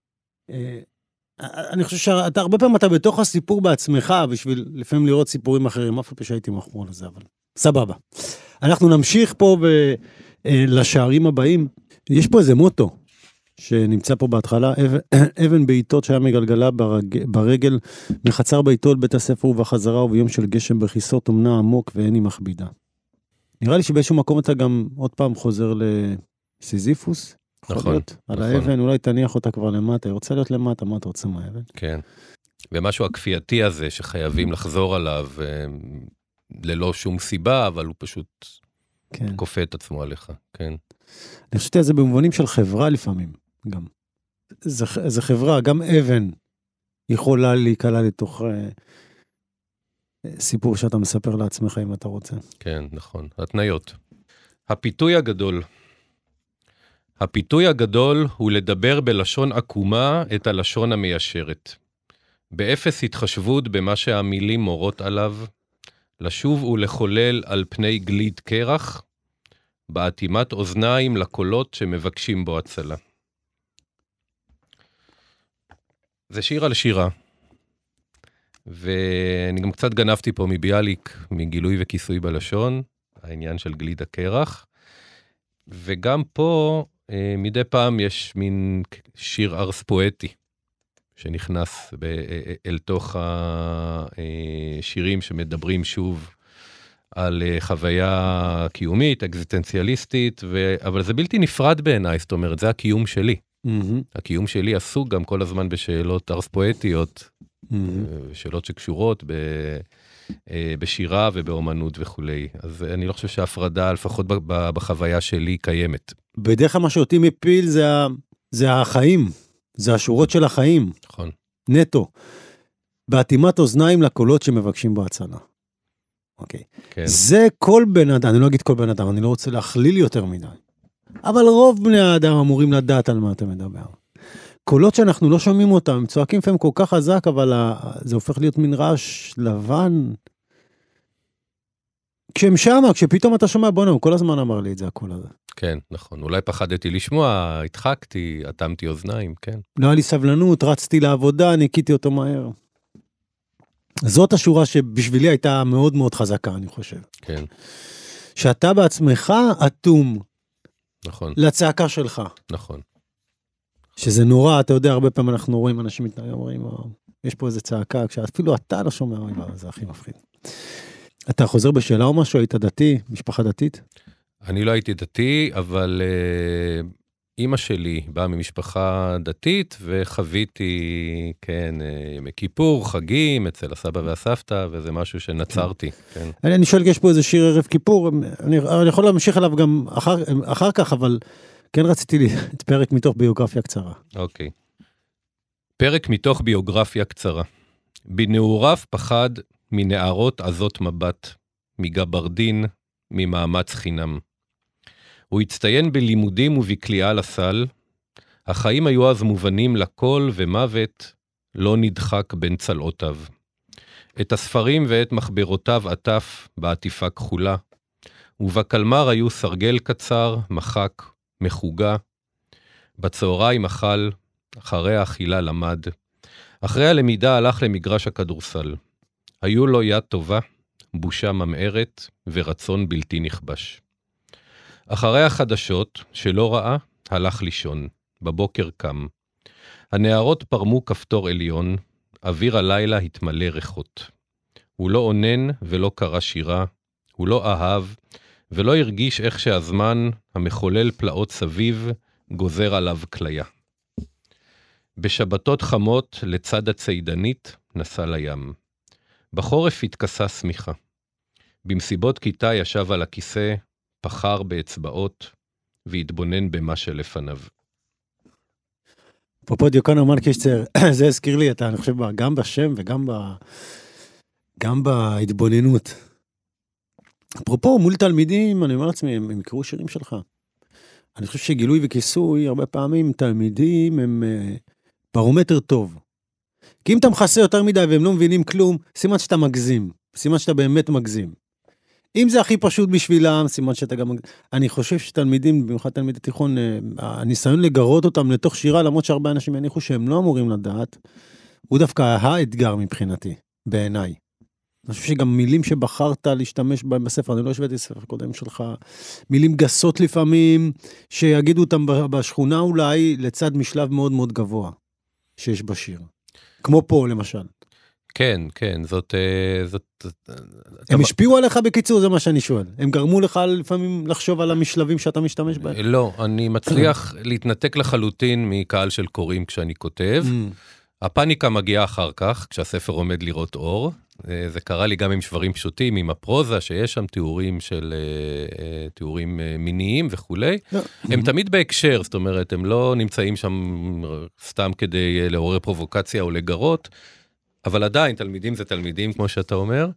אני חושב שאתה הרבה פעמים אתה בתוך הסיפור בעצמך, בשביל לפעמים לראות סיפורים אחרים, אף פעם שהייתי מחמור לזה, אבל סבבה. אנחנו נמשיך פה ב, לשערים הבאים, יש פה איזה מוטו, שנמצא פה בהתחלה, אבן בעיתות שהיה מגלגלה ברג, ברגל, מחצר ביתו בית הספר ובחזרה, וביום של גשם בכיסות, אומנה עמוק ואין היא מכבידה. נראה לי שבאיזשהו מקום אתה גם עוד פעם חוזר לסיזיפוס, נכון, על האבן, אולי תניח אותה כבר למטה, היא רוצה להיות למטה, מה אתה רוצה מהאבן? כן, ומשהו הכפייתי הזה שחייבים לחזור עליו, ללא שום סיבה, אבל הוא פשוט כן. כופה את עצמו עליך, כן. אני חושבתי על זה במובנים של חברה לפעמים, גם. זה, זה חברה, גם אבן יכולה להיקלה לתוך אה, סיפור שאתה מספר לעצמך אם אתה רוצה. כן, נכון, התניות. הפיתוי הגדול. הפיתוי הגדול הוא לדבר בלשון עקומה את הלשון המיישרת. באפס התחשבות במה שהמילים מורות עליו, לשוב ולחולל על פני גליד קרח, באטימת אוזניים לקולות שמבקשים בו הצלה. זה שיר על שירה, ואני גם קצת גנבתי פה מביאליק, מגילוי וכיסוי בלשון, העניין של גליד הקרח, וגם פה מדי פעם יש מין שיר ארס פואטי, שנכנס ב- אל תוך השירים שמדברים שוב על חוויה קיומית, אקזיסטנציאליסטית, ו... אבל זה בלתי נפרד בעיניי, זאת אומרת, זה הקיום שלי. Mm-hmm. הקיום שלי עסוק גם כל הזמן בשאלות ארס פואטיות, mm-hmm. שאלות שקשורות ב... בשירה ובאומנות וכולי. אז אני לא חושב שההפרדה, לפחות בחוויה שלי, קיימת. בדרך כלל מה שאותי מפיל זה, זה החיים, זה השורות של החיים. נכון. נטו. באטימת אוזניים לקולות שמבקשים בהצלה. אוקיי. כן. זה כל בן אדם, אני לא אגיד כל בן אדם, אני לא רוצה להכליל יותר מדי. אבל רוב בני האדם אמורים לדעת על מה אתה מדבר. קולות שאנחנו לא שומעים אותם, הם צועקים לפעמים כל כך חזק, אבל זה הופך להיות מין רעש לבן. כשהם שמה, כשפתאום אתה שומע, בוא נאו, כל הזמן אמר לי את זה, הקול הזה. כן, נכון. אולי פחדתי לשמוע, התחקתי, אטמתי אוזניים, כן. לא היה לי סבלנות, רצתי לעבודה, ניקיתי אותו מהר. זאת השורה שבשבילי הייתה מאוד מאוד חזקה, אני חושב. כן. שאתה בעצמך אטום. נכון. לצעקה שלך. נכון. שזה נורא, אתה יודע, הרבה פעמים אנחנו רואים אנשים מתנהגים, אומרים, יש פה איזה צעקה, כשאפילו אתה לא שומע, זה הכי מפחיד. אתה חוזר בשאלה או משהו, היית דתי, משפחה דתית? אני לא הייתי דתי, אבל uh, אמא שלי באה ממשפחה דתית, וחוויתי, כן, ימי כיפור, חגים, אצל הסבא והסבתא, וזה משהו שנצרתי. כן. אני, אני שואל, יש פה איזה שיר ערב כיפור, אני, אני יכול להמשיך עליו גם אחר, אחר כך, אבל כן רציתי לי את פרק מתוך ביוגרפיה קצרה. אוקיי. פרק מתוך ביוגרפיה קצרה. בנעוריו פחד מנערות עזות מבט, מגברדין, ממאמץ חינם. הוא הצטיין בלימודים ובקליעה לסל, החיים היו אז מובנים לכל ומוות, לא נדחק בין צלעותיו. את הספרים ואת מחברותיו עטף בעטיפה כחולה, ובקלמר היו סרגל קצר, מחק, מחוגה. בצהריים אכל, אחרי האכילה למד. אחרי הלמידה הלך למגרש הכדורסל. היו לו יד טובה, בושה ממארת ורצון בלתי נכבש. אחרי החדשות, שלא ראה, הלך לישון. בבוקר קם. הנערות פרמו כפתור עליון, אוויר הלילה התמלא ריחות. הוא לא עונן ולא קרא שירה, הוא לא אהב, ולא הרגיש איך שהזמן, המחולל פלאות סביב, גוזר עליו כליה. בשבתות חמות, לצד הציידנית, נסע לים. בחורף התכסה סמיכה. במסיבות כיתה ישב על הכיסא, פחר באצבעות, והתבונן במה שלפניו. אפרופו דיוקן אומן קישצר, זה הזכיר לי, אתה, אני חושב, גם בשם וגם ב... גם בהתבוננות. אפרופו, מול תלמידים, אני אומר לעצמי, הם, הם יקראו שירים שלך. אני חושב שגילוי וכיסוי, הרבה פעמים תלמידים הם uh, ברומטר טוב. כי אם אתה מכסה יותר מדי והם לא מבינים כלום, סימן שאתה מגזים. סימן שאתה באמת מגזים. אם זה הכי פשוט בשבילם, סימן שאתה גם... אני חושב שתלמידים, במיוחד תלמידי תיכון, הניסיון לגרות אותם לתוך שירה, למרות שהרבה אנשים יניחו שהם לא אמורים לדעת, הוא דווקא האתגר מבחינתי, בעיניי. אני חושב שגם מילים שבחרת להשתמש בהם בספר, אני לא השוויתי ספר קודם שלך, מילים גסות לפעמים, שיגידו אותם בשכונה אולי, לצד משלב מאוד מאוד גבוה, שיש בשיר. כמו פה למשל. כן, כן, זאת... זאת הם השפיעו עליך בקיצור, זה מה שאני שואל. הם גרמו לך לפעמים לחשוב על המשלבים שאתה משתמש בהם? לא, אני מצליח להתנתק לחלוטין מקהל של קוראים כשאני כותב. הפאניקה מגיעה אחר כך, כשהספר עומד לראות אור. זה קרה לי גם עם שברים פשוטים, עם הפרוזה, שיש שם תיאורים של, תיאורים מיניים וכולי. הם תמיד בהקשר, זאת אומרת, הם לא נמצאים שם סתם כדי לעורר פרובוקציה או לגרות, אבל עדיין, תלמידים זה תלמידים, כמו שאתה אומר.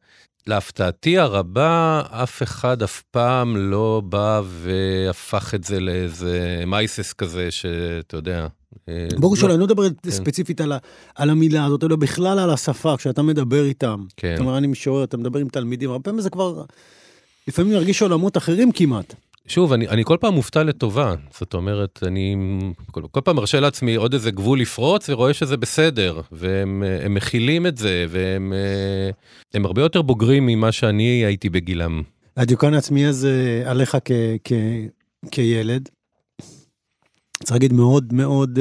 להפתעתי הרבה, אף אחד אף פעם לא בא והפך את זה לאיזה מייסס כזה, שאתה יודע... ברור שלא, אני לא מדבר ספציפית על המילה הזאת, אלא בכלל על השפה, כשאתה מדבר איתם. זאת אומרת, אני משורר, אתה מדבר עם תלמידים, הרבה פעמים זה כבר, לפעמים נרגיש עולמות אחרים כמעט. שוב, אני, אני כל פעם מופתע לטובה, זאת אומרת, אני כל, כל פעם מרשה לעצמי עוד איזה גבול לפרוץ, ורואה שזה בסדר, והם הם מכילים את זה, והם הם הרבה יותר בוגרים ממה שאני הייתי בגילם. הדיוקן העצמי הזה עליך כ, כ, כילד, צריך להגיד מאוד מאוד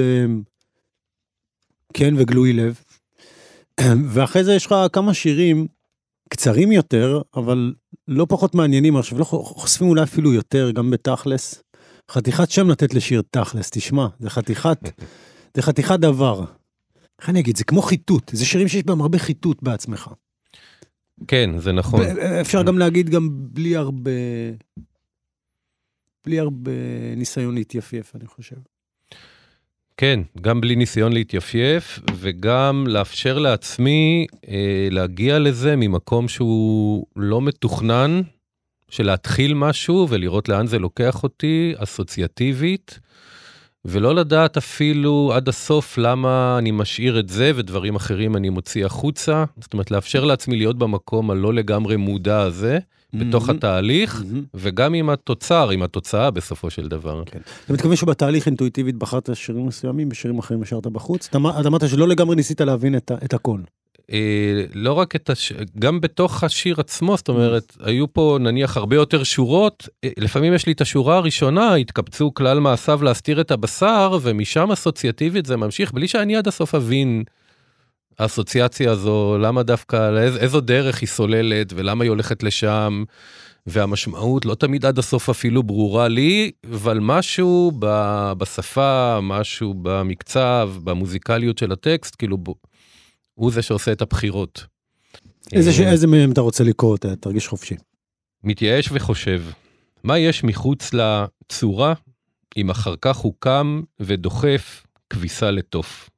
כן וגלוי לב, ואחרי זה יש לך כמה שירים קצרים יותר, אבל לא פחות מעניינים, עכשיו לא חושפים אולי אפילו יותר, גם בתכלס, חתיכת שם לתת לשיר תכלס, תשמע, זה חתיכת, זה חתיכת דבר. איך אני אגיד, זה כמו חיתות, זה שירים שיש בהם הרבה חיתות בעצמך. כן, זה נכון. אפשר גם להגיד גם בלי הרבה, בלי הרבה ניסיון להתייפייף, אני חושב. כן, גם בלי ניסיון להתייפייף, וגם לאפשר לעצמי אה, להגיע לזה ממקום שהוא לא מתוכנן, של להתחיל משהו ולראות לאן זה לוקח אותי, אסוציאטיבית, ולא לדעת אפילו עד הסוף למה אני משאיר את זה, ודברים אחרים אני מוציא החוצה. זאת אומרת, לאפשר לעצמי להיות במקום הלא לגמרי מודע הזה, בתוך התהליך, וגם עם התוצר, עם התוצאה בסופו של דבר. אתה מתכוון שבתהליך אינטואיטיבית בחרת שירים מסוימים, בשירים אחרים השארת בחוץ? אתה אמרת שלא לגמרי ניסית להבין את הכל. לא רק את הש... גם בתוך השיר עצמו, זאת אומרת, היו פה נניח הרבה יותר שורות, לפעמים יש לי את השורה הראשונה, התקבצו כלל מעשיו להסתיר את הבשר, ומשם אסוציאטיבית זה ממשיך, בלי שאני עד הסוף אבין האסוציאציה הזו, למה דווקא, איז, איזו דרך היא סוללת, ולמה היא הולכת לשם, והמשמעות לא תמיד עד הסוף אפילו ברורה לי, אבל משהו ב, בשפה, משהו במקצב, במוזיקליות של הטקסט, כאילו הוא זה שעושה את הבחירות. איזה, ש... איזה מהם אתה רוצה לקרוא, תרגיש חופשי. מתייאש וחושב, מה יש מחוץ לצורה, אם אחר כך הוא קם ודוחף כביסה לטוף.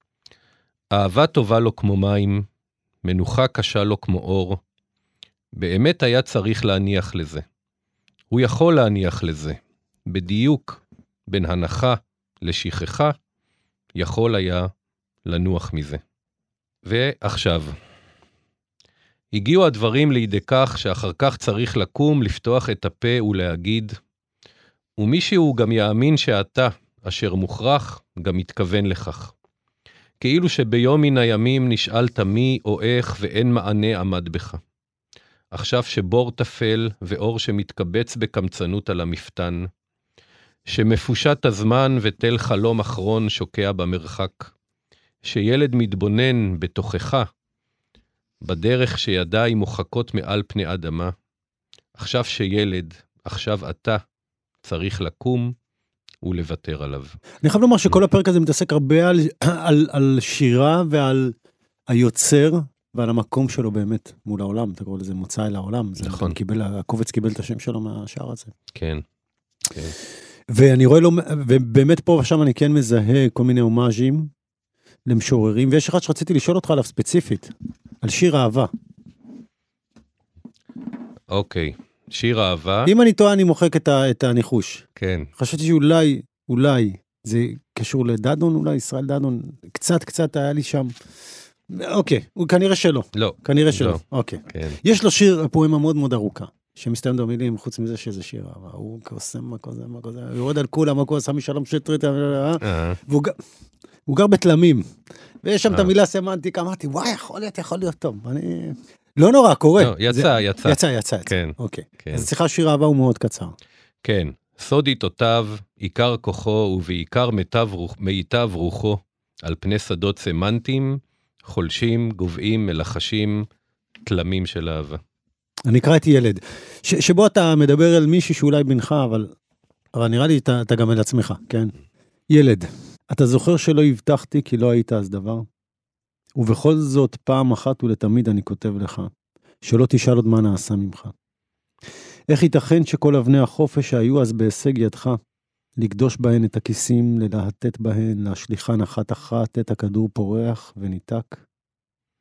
אהבה טובה לו כמו מים, מנוחה קשה לו כמו אור. באמת היה צריך להניח לזה. הוא יכול להניח לזה. בדיוק, בין הנחה לשכחה, יכול היה לנוח מזה. ועכשיו, הגיעו הדברים לידי כך שאחר כך צריך לקום, לפתוח את הפה ולהגיד, ומישהו גם יאמין שאתה, אשר מוכרח, גם מתכוון לכך. כאילו שביום מן הימים נשאלת מי או איך ואין מענה עמד בך. עכשיו שבור תפל ואור שמתקבץ בקמצנות על המפתן, שמפושט הזמן ותל חלום אחרון שוקע במרחק, שילד מתבונן בתוכך, בדרך שידיים מוחקות מעל פני אדמה, עכשיו שילד, עכשיו אתה, צריך לקום, ולוותר עליו. אני חייב לומר שכל הפרק הזה מתעסק הרבה על, על, על שירה ועל היוצר ועל המקום שלו באמת מול העולם. אתה קורא לזה מוצא אל העולם. נכון. קיבל, הקובץ קיבל את השם שלו מהשאר הזה. כן. כן. ואני רואה לו, ובאמת פה ושם אני כן מזהה כל מיני אומאז'ים למשוררים, ויש אחד שרציתי לשאול אותך עליו ספציפית, על שיר אהבה. אוקיי. שיר אהבה. אם אני טועה, אני מוחק את, ה, את הניחוש. כן. חשבתי שאולי, אולי, זה קשור לדדון, אולי ישראל דדון, קצת, קצת היה לי שם. אוקיי, הוא כנראה שלא. לא. כנראה שלא. לא. אוקיי. כן. יש לו שיר, פואמה מאוד מאוד ארוכה, שמסתיים במילים, חוץ מזה שזה שיר אהבה. הוא עושה מה כזה, מה כזה, הוא יורד על כולם, הוא עושה משלום שטרית, והוא גר, הוא גר בתלמים. ויש שם את המילה סמנטיקה, אמרתי, וואי, יכול להיות, יכול להיות טוב. אני... לא נורא, קורה. לא, יצא, זה... יצא. יצא, יצא. כן. אוקיי. כן. אז צריכה שיר אהבה הוא מאוד קצר. כן. סוד עיתותיו, עיקר כוחו ובעיקר מיטב, רוח, מיטב רוחו, על פני שדות סמנטיים, חולשים, גובעים, מלחשים, תלמים של אהבה. אני אקרא את ילד, ש, שבו אתה מדבר על מישהו שאולי בנך, אבל, אבל נראה לי אתה, אתה גם על עצמך, כן? ילד, אתה זוכר שלא הבטחתי כי לא היית אז דבר? ובכל זאת פעם אחת ולתמיד אני כותב לך, שלא תשאל עוד מה נעשה ממך. איך ייתכן שכל אבני החופש שהיו אז בהישג ידך, לקדוש בהן את הכיסים, ללהטט בהן, להשליחן אחת אחת את הכדור פורח וניתק?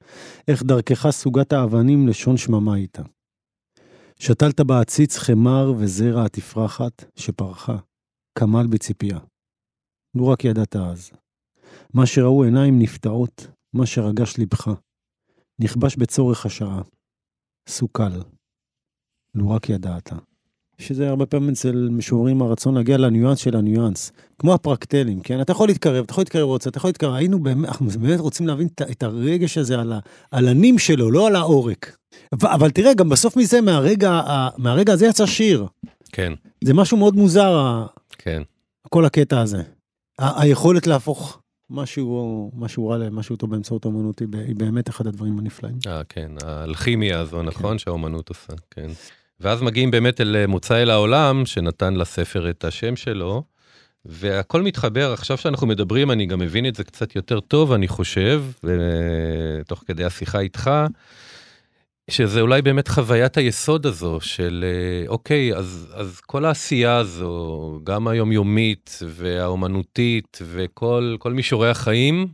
איך דרכך סוגת האבנים לשון שממה איתה. שתלת בעציץ חמר וזרע התפרחת שפרחה, כמל בציפייה. לו רק ידעת אז. מה שראו עיניים נפתעות, מה שרגש לבך, נכבש בצורך השעה, סוכל. לו רק ידעת. שזה הרבה פעמים אצל משוררים הרצון להגיע לניואנס של הניואנס, כמו הפרקטלים, כן? אתה יכול להתקרב, אתה יכול להתקרב רוצה, אתה יכול להתקרב, היינו באמת, אנחנו באמת רוצים להבין את הרגש הזה על, ה, על הנים שלו, לא על העורק. אבל תראה, גם בסוף מזה, מהרגע, מהרגע הזה יצא שיר. כן. זה משהו מאוד מוזר, כן. כל הקטע הזה. ה- היכולת להפוך משהו, משהו רע, משהו טוב באמצעות האמנות, היא באמת אחד הדברים הנפלאים. אה, כן, האלכימיה הזו, נכון, שהאמנות עושה, כן. ואז מגיעים באמת אל מוצא אל העולם, שנתן לספר את השם שלו, והכל מתחבר, עכשיו שאנחנו מדברים, אני גם מבין את זה קצת יותר טוב, אני חושב, תוך כדי השיחה איתך, שזה אולי באמת חוויית היסוד הזו, של אוקיי, אז, אז כל העשייה הזו, גם היומיומית והאומנותית, וכל כל מישורי החיים,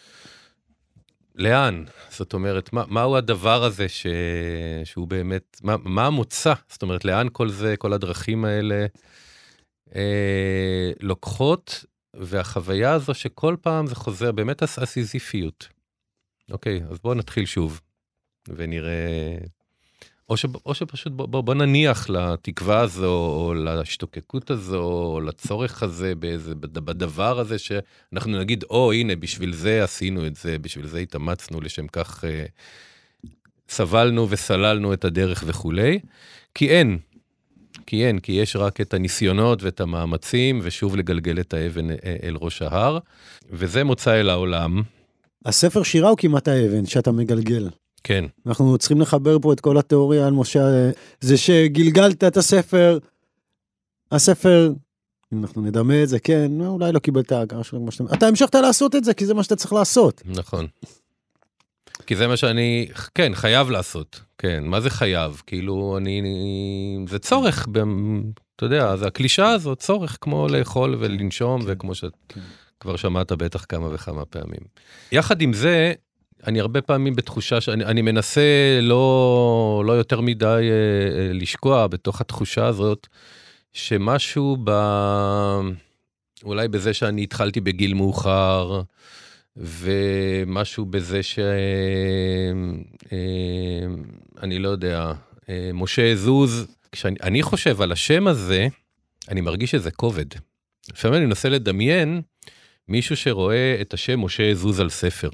לאן? זאת אומרת, מה, מהו הדבר הזה ש... שהוא באמת, מה, מה המוצא? זאת אומרת, לאן כל זה, כל הדרכים האלה אה, לוקחות, והחוויה הזו שכל פעם זה חוזר, באמת הסיזיפיות. אוקיי, אז בואו נתחיל שוב, ונראה, או, ש... או שפשוט בוא, בוא נניח לתקווה הזו, או להשתוקקות הזו, או לצורך הזה, באיזה, בדבר הזה, שאנחנו נגיד, או הנה, בשביל זה עשינו את זה, בשביל זה התאמצנו, לשם כך אה, סבלנו וסללנו את הדרך וכולי, כי אין, כי אין, כי יש רק את הניסיונות ואת המאמצים, ושוב לגלגל את האבן אל ראש ההר, וזה מוצא אל העולם. הספר שירה הוא כמעט האבן שאתה מגלגל. כן. אנחנו צריכים לחבר פה את כל התיאוריה על משה, זה שגלגלת את הספר, הספר, אם אנחנו נדמה את זה, כן, אולי לא קיבלת ההגעה שלו, אתה המשכת לעשות את זה, כי זה מה שאתה צריך לעשות. נכון. כי זה מה שאני, כן, חייב לעשות. כן, מה זה חייב? כאילו, אני, זה צורך, אתה יודע, זה הקלישה הזאת, צורך כמו לאכול ולנשום, וכמו שכבר שמעת בטח כמה וכמה פעמים. יחד עם זה, אני הרבה פעמים בתחושה שאני אני מנסה לא, לא יותר מדי אה, לשקוע בתוך התחושה הזאת, שמשהו ב... אולי בזה שאני התחלתי בגיל מאוחר, ומשהו בזה ש... אה, אני לא יודע, אה, משה זוז, כשאני אני חושב על השם הזה, אני מרגיש שזה כובד. לפעמים אני מנסה לדמיין מישהו שרואה את השם משה זוז על ספר.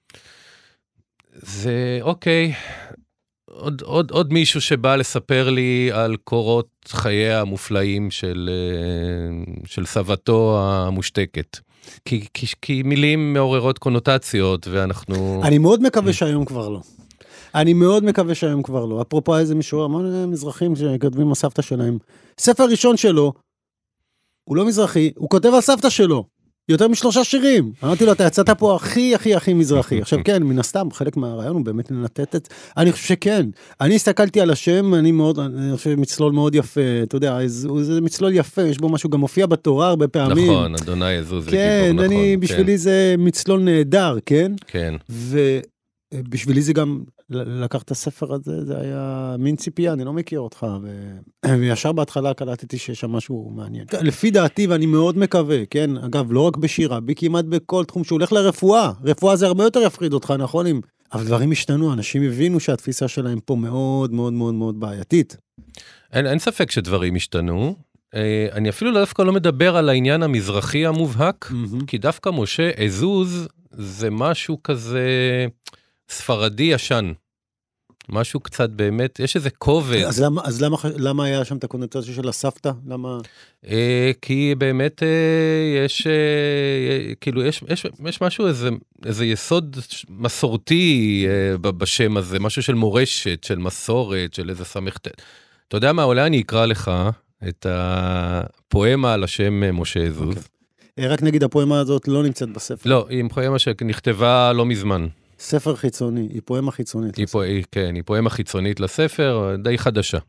זה אוקיי, עוד, עוד, עוד מישהו שבא לספר לי על קורות חייה המופלאים של, של סבתו המושתקת. כי, כי, כי מילים מעוררות קונוטציות, ואנחנו... אני מאוד מקווה שהיום כבר לא. אני מאוד מקווה שהיום כבר לא. אפרופו איזה משורר, המון מזרחים שכותבים על סבתא שלהם. ספר ראשון שלו, הוא לא מזרחי, הוא כותב על סבתא שלו. יותר משלושה שירים. אמרתי לו, אתה יצאת פה הכי, הכי, הכי מזרחי. עכשיו כן, מן הסתם, חלק מהרעיון הוא באמת לנתת את... אני חושב שכן. אני הסתכלתי על השם, אני מאוד, אני חושב מצלול מאוד יפה, אתה יודע, זה מצלול יפה, יש בו משהו, גם מופיע בתורה הרבה פעמים. נכון, אדוני יזוז. כן, נכון, אני, בשבילי כן. זה מצלול נהדר, כן? כן. ובשבילי זה גם, לקח את הספר הזה, זה היה מין ציפייה, אני לא מכיר אותך, ו... וישר בהתחלה קלטתי שיש שם משהו מעניין. לפי דעתי, ואני מאוד מקווה, כן? אגב, לא רק בשירה, בי כמעט בכל תחום שהוא הולך לרפואה. רפואה זה הרבה יותר יפחיד אותך, נכון? אבל דברים השתנו, אנשים הבינו שהתפיסה שלהם פה מאוד מאוד מאוד מאוד בעייתית. אין, אין ספק שדברים השתנו. אני אפילו דווקא לא מדבר על העניין המזרחי המובהק, mm-hmm. כי דווקא משה עזוז זה משהו כזה ספרדי ישן. משהו קצת באמת, יש איזה כובד. אז למה, אז למה, למה היה שם את הקונוטציה של הסבתא? למה? אה, כי באמת אה, יש, אה, כאילו, יש, יש, יש משהו, איזה, איזה יסוד מסורתי אה, בשם הזה, משהו של מורשת, של מסורת, של איזה סמך... אתה יודע מה, אולי אני אקרא לך את הפואמה על השם משה עזוז. Okay. רק נגיד, הפואמה הזאת לא נמצאת בספר. לא, היא פואמה שנכתבה לא מזמן. ספר חיצוני, היא פואמה חיצונית. היא פו... כן, היא פואמה חיצונית לספר, די חדשה.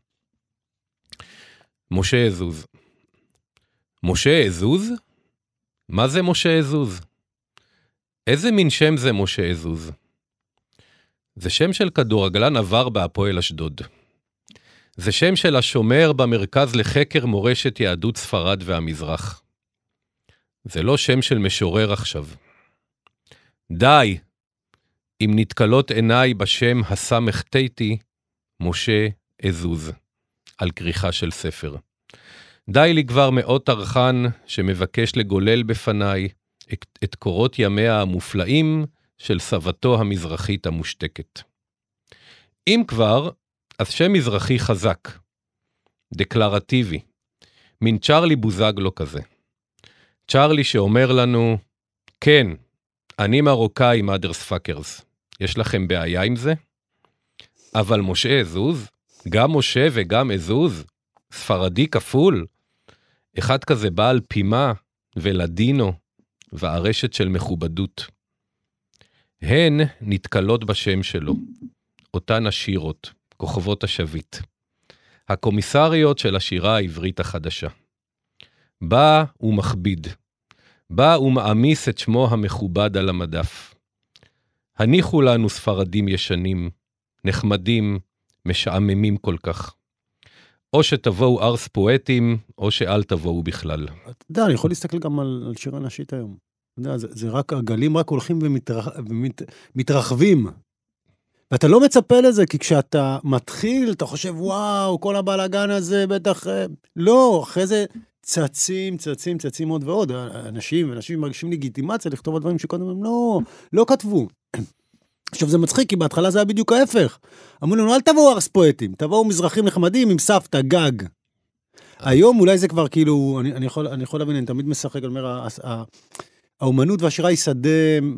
משה עזוז. משה עזוז? מה זה משה עזוז? איזה מין שם זה משה עזוז? זה שם של כדורגלן עבר בהפועל אשדוד. זה שם של השומר במרכז לחקר מורשת יהדות ספרד והמזרח. זה לא שם של משורר עכשיו. די, אם נתקלות עיניי בשם הסמכתיתי, משה אזוז, על כריכה של ספר. די לי כבר מאות ארחן שמבקש לגולל בפניי את, את קורות ימיה המופלאים של סבתו המזרחית המושתקת. אם כבר, אז שם מזרחי חזק, דקלרטיבי, מין צ'רלי בוזגלו כזה. צ'רלי שאומר לנו, כן, אני מרוקאי מאדרס פאקרס, יש לכם בעיה עם זה? אבל משה אזוז, גם משה וגם אזוז, ספרדי כפול, אחד כזה בעל פימה ולדינו, והרשת של מכובדות. הן נתקלות בשם שלו, אותן השירות, כוכבות השביט, הקומיסריות של השירה העברית החדשה. בא ומכביד, בא ומעמיס את שמו המכובד על המדף. הניחו לנו ספרדים ישנים, נחמדים, משעממים כל כך. או שתבואו ארס פואטים, או שאל תבואו בכלל. אתה יודע, אני יכול להסתכל גם על, על שירה נשית היום. אתה יודע, זה, זה רק, הגלים רק הולכים ומתרח, ומתרחבים. ואתה לא מצפה לזה, כי כשאתה מתחיל, אתה חושב, וואו, כל הבלגן הזה בטח... לא, אחרי זה צצים, צצים, צצים עוד ועוד. אנשים, אנשים מרגישים לגיטימציה לכתוב על דברים שקודם הם לא, לא כתבו. עכשיו זה מצחיק, כי בהתחלה זה היה בדיוק ההפך. אמרו לנו, אל תבואו ארס פואטים, תבואו מזרחים נחמדים עם סבתא, גג. היום אולי זה כבר כאילו, אני, אני, יכול, אני יכול להבין, אני תמיד משחק, אני אומר, האומנות והשירה היא שדה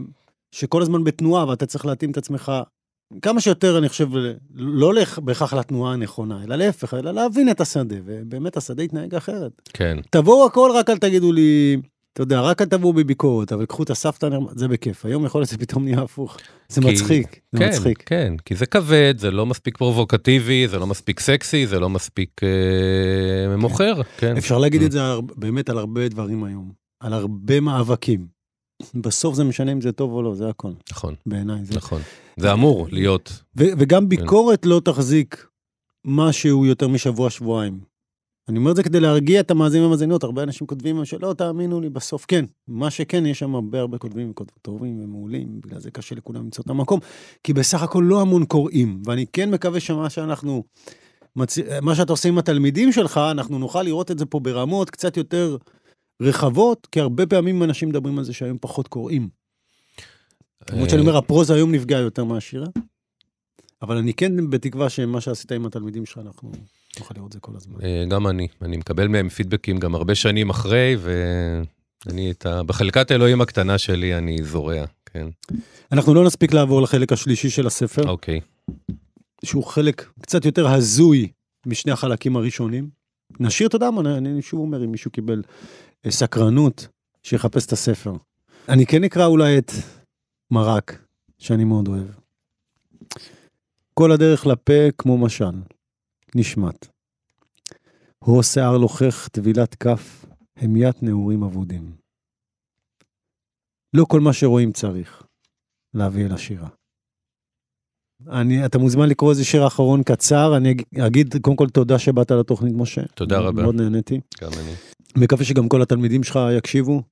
שכל הזמן בתנועה, ואתה צריך להתאים את עצמך, כמה שיותר אני חושב, לא הולך בהכרח לתנועה הנכונה, אלא להפך, אלא להבין את השדה, ובאמת השדה יתנהג אחרת. כן. תבואו הכל, רק אל תגידו לי... אתה יודע, רק אל תבואו בביקורת, אבל קחו את הסבתא, זה בכיף. היום יכול להיות שזה פתאום נהיה הפוך. זה כי, מצחיק, זה כן, מצחיק. כן, כי זה כבד, זה לא מספיק פרובוקטיבי, זה לא מספיק סקסי, זה לא מספיק אה, מוכר. כן. אפשר להגיד את זה באמת על הרבה דברים היום, על הרבה מאבקים. בסוף זה משנה אם זה טוב או לא, זה הכל. נכון. בעיניי. זה... נכון. זה אמור להיות. ו- וגם ביקורת לא תחזיק משהו יותר משבוע, שבועיים. אני אומר את זה כדי להרגיע את המאזינים והמאזינות, הרבה אנשים כותבים שלא, תאמינו לי, בסוף כן. מה שכן, יש שם הרבה הרבה כותבים טובים ומעולים, בגלל זה קשה לכולם למצוא את המקום, כי בסך הכל לא המון קוראים, ואני כן מקווה שמה שאנחנו, מה שאתה עושה עם התלמידים שלך, אנחנו נוכל לראות את זה פה ברמות קצת יותר רחבות, כי הרבה פעמים אנשים מדברים על זה שהיום פחות קוראים. למרות שאני אומר, הפרוזה היום נפגע יותר מהשירה, אבל אני כן בתקווה שמה שעשית עם התלמידים שלך, אנחנו נוכל לראות את זה כל הזמן. גם אני, אני מקבל מהם פידבקים גם הרבה שנים אחרי, ואני את ה... בחלקת האלוהים הקטנה שלי אני זורע, כן. אנחנו לא נספיק לעבור לחלק השלישי של הספר. אוקיי. שהוא חלק קצת יותר הזוי משני החלקים הראשונים. נשאיר תודה, אני שוב אומר, אם מישהו קיבל סקרנות, שיחפש את הספר. אני כן אקרא אולי את מרק, שאני מאוד אוהב. כל הדרך לפה כמו משל, נשמט. הו שיער לוחך, טבילת כף, המיית נעורים אבודים. לא כל מה שרואים צריך להביא אל השירה. אני, אתה מוזמן לקרוא איזה שיר אחרון קצר, אני אגיד קודם כל תודה שבאת לתוכנית משה. תודה רבה. מאוד נהניתי. גם אני. מקווה שגם כל התלמידים שלך יקשיבו.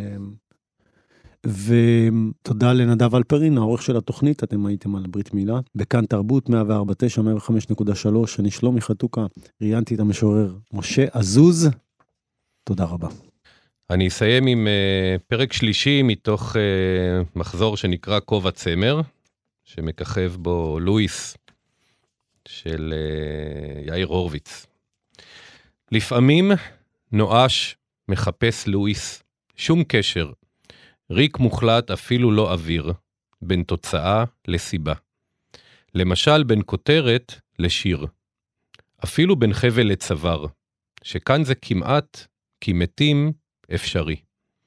ותודה לנדב אלפרין, העורך של התוכנית, אתם הייתם על ברית מילה, בכאן תרבות מאה וארבע נקודה תשע, מאה וחמש נקודה שלוש, אני שלומי חתוקה, ראיינתי את המשורר משה אזוז, תודה רבה. אני אסיים עם uh, פרק שלישי מתוך uh, מחזור שנקרא כובע צמר, שמככב בו לואיס של uh, יאיר הורוביץ. לפעמים נואש מחפש לואיס, שום קשר, ריק מוחלט אפילו לא אוויר, בין תוצאה לסיבה. למשל בין כותרת לשיר, אפילו בין חבל לצוואר, שכאן זה כמעט, כי מתים, אפשרי.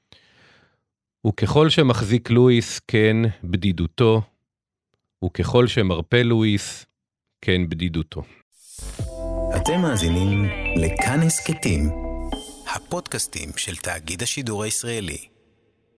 וככל שמחזיק לואיס, כן בדידותו, וככל שמרפא לואיס, כן בדידותו. אתם מאזינים לכאן הסכתים, הפודקאסטים של תאגיד השידור הישראלי.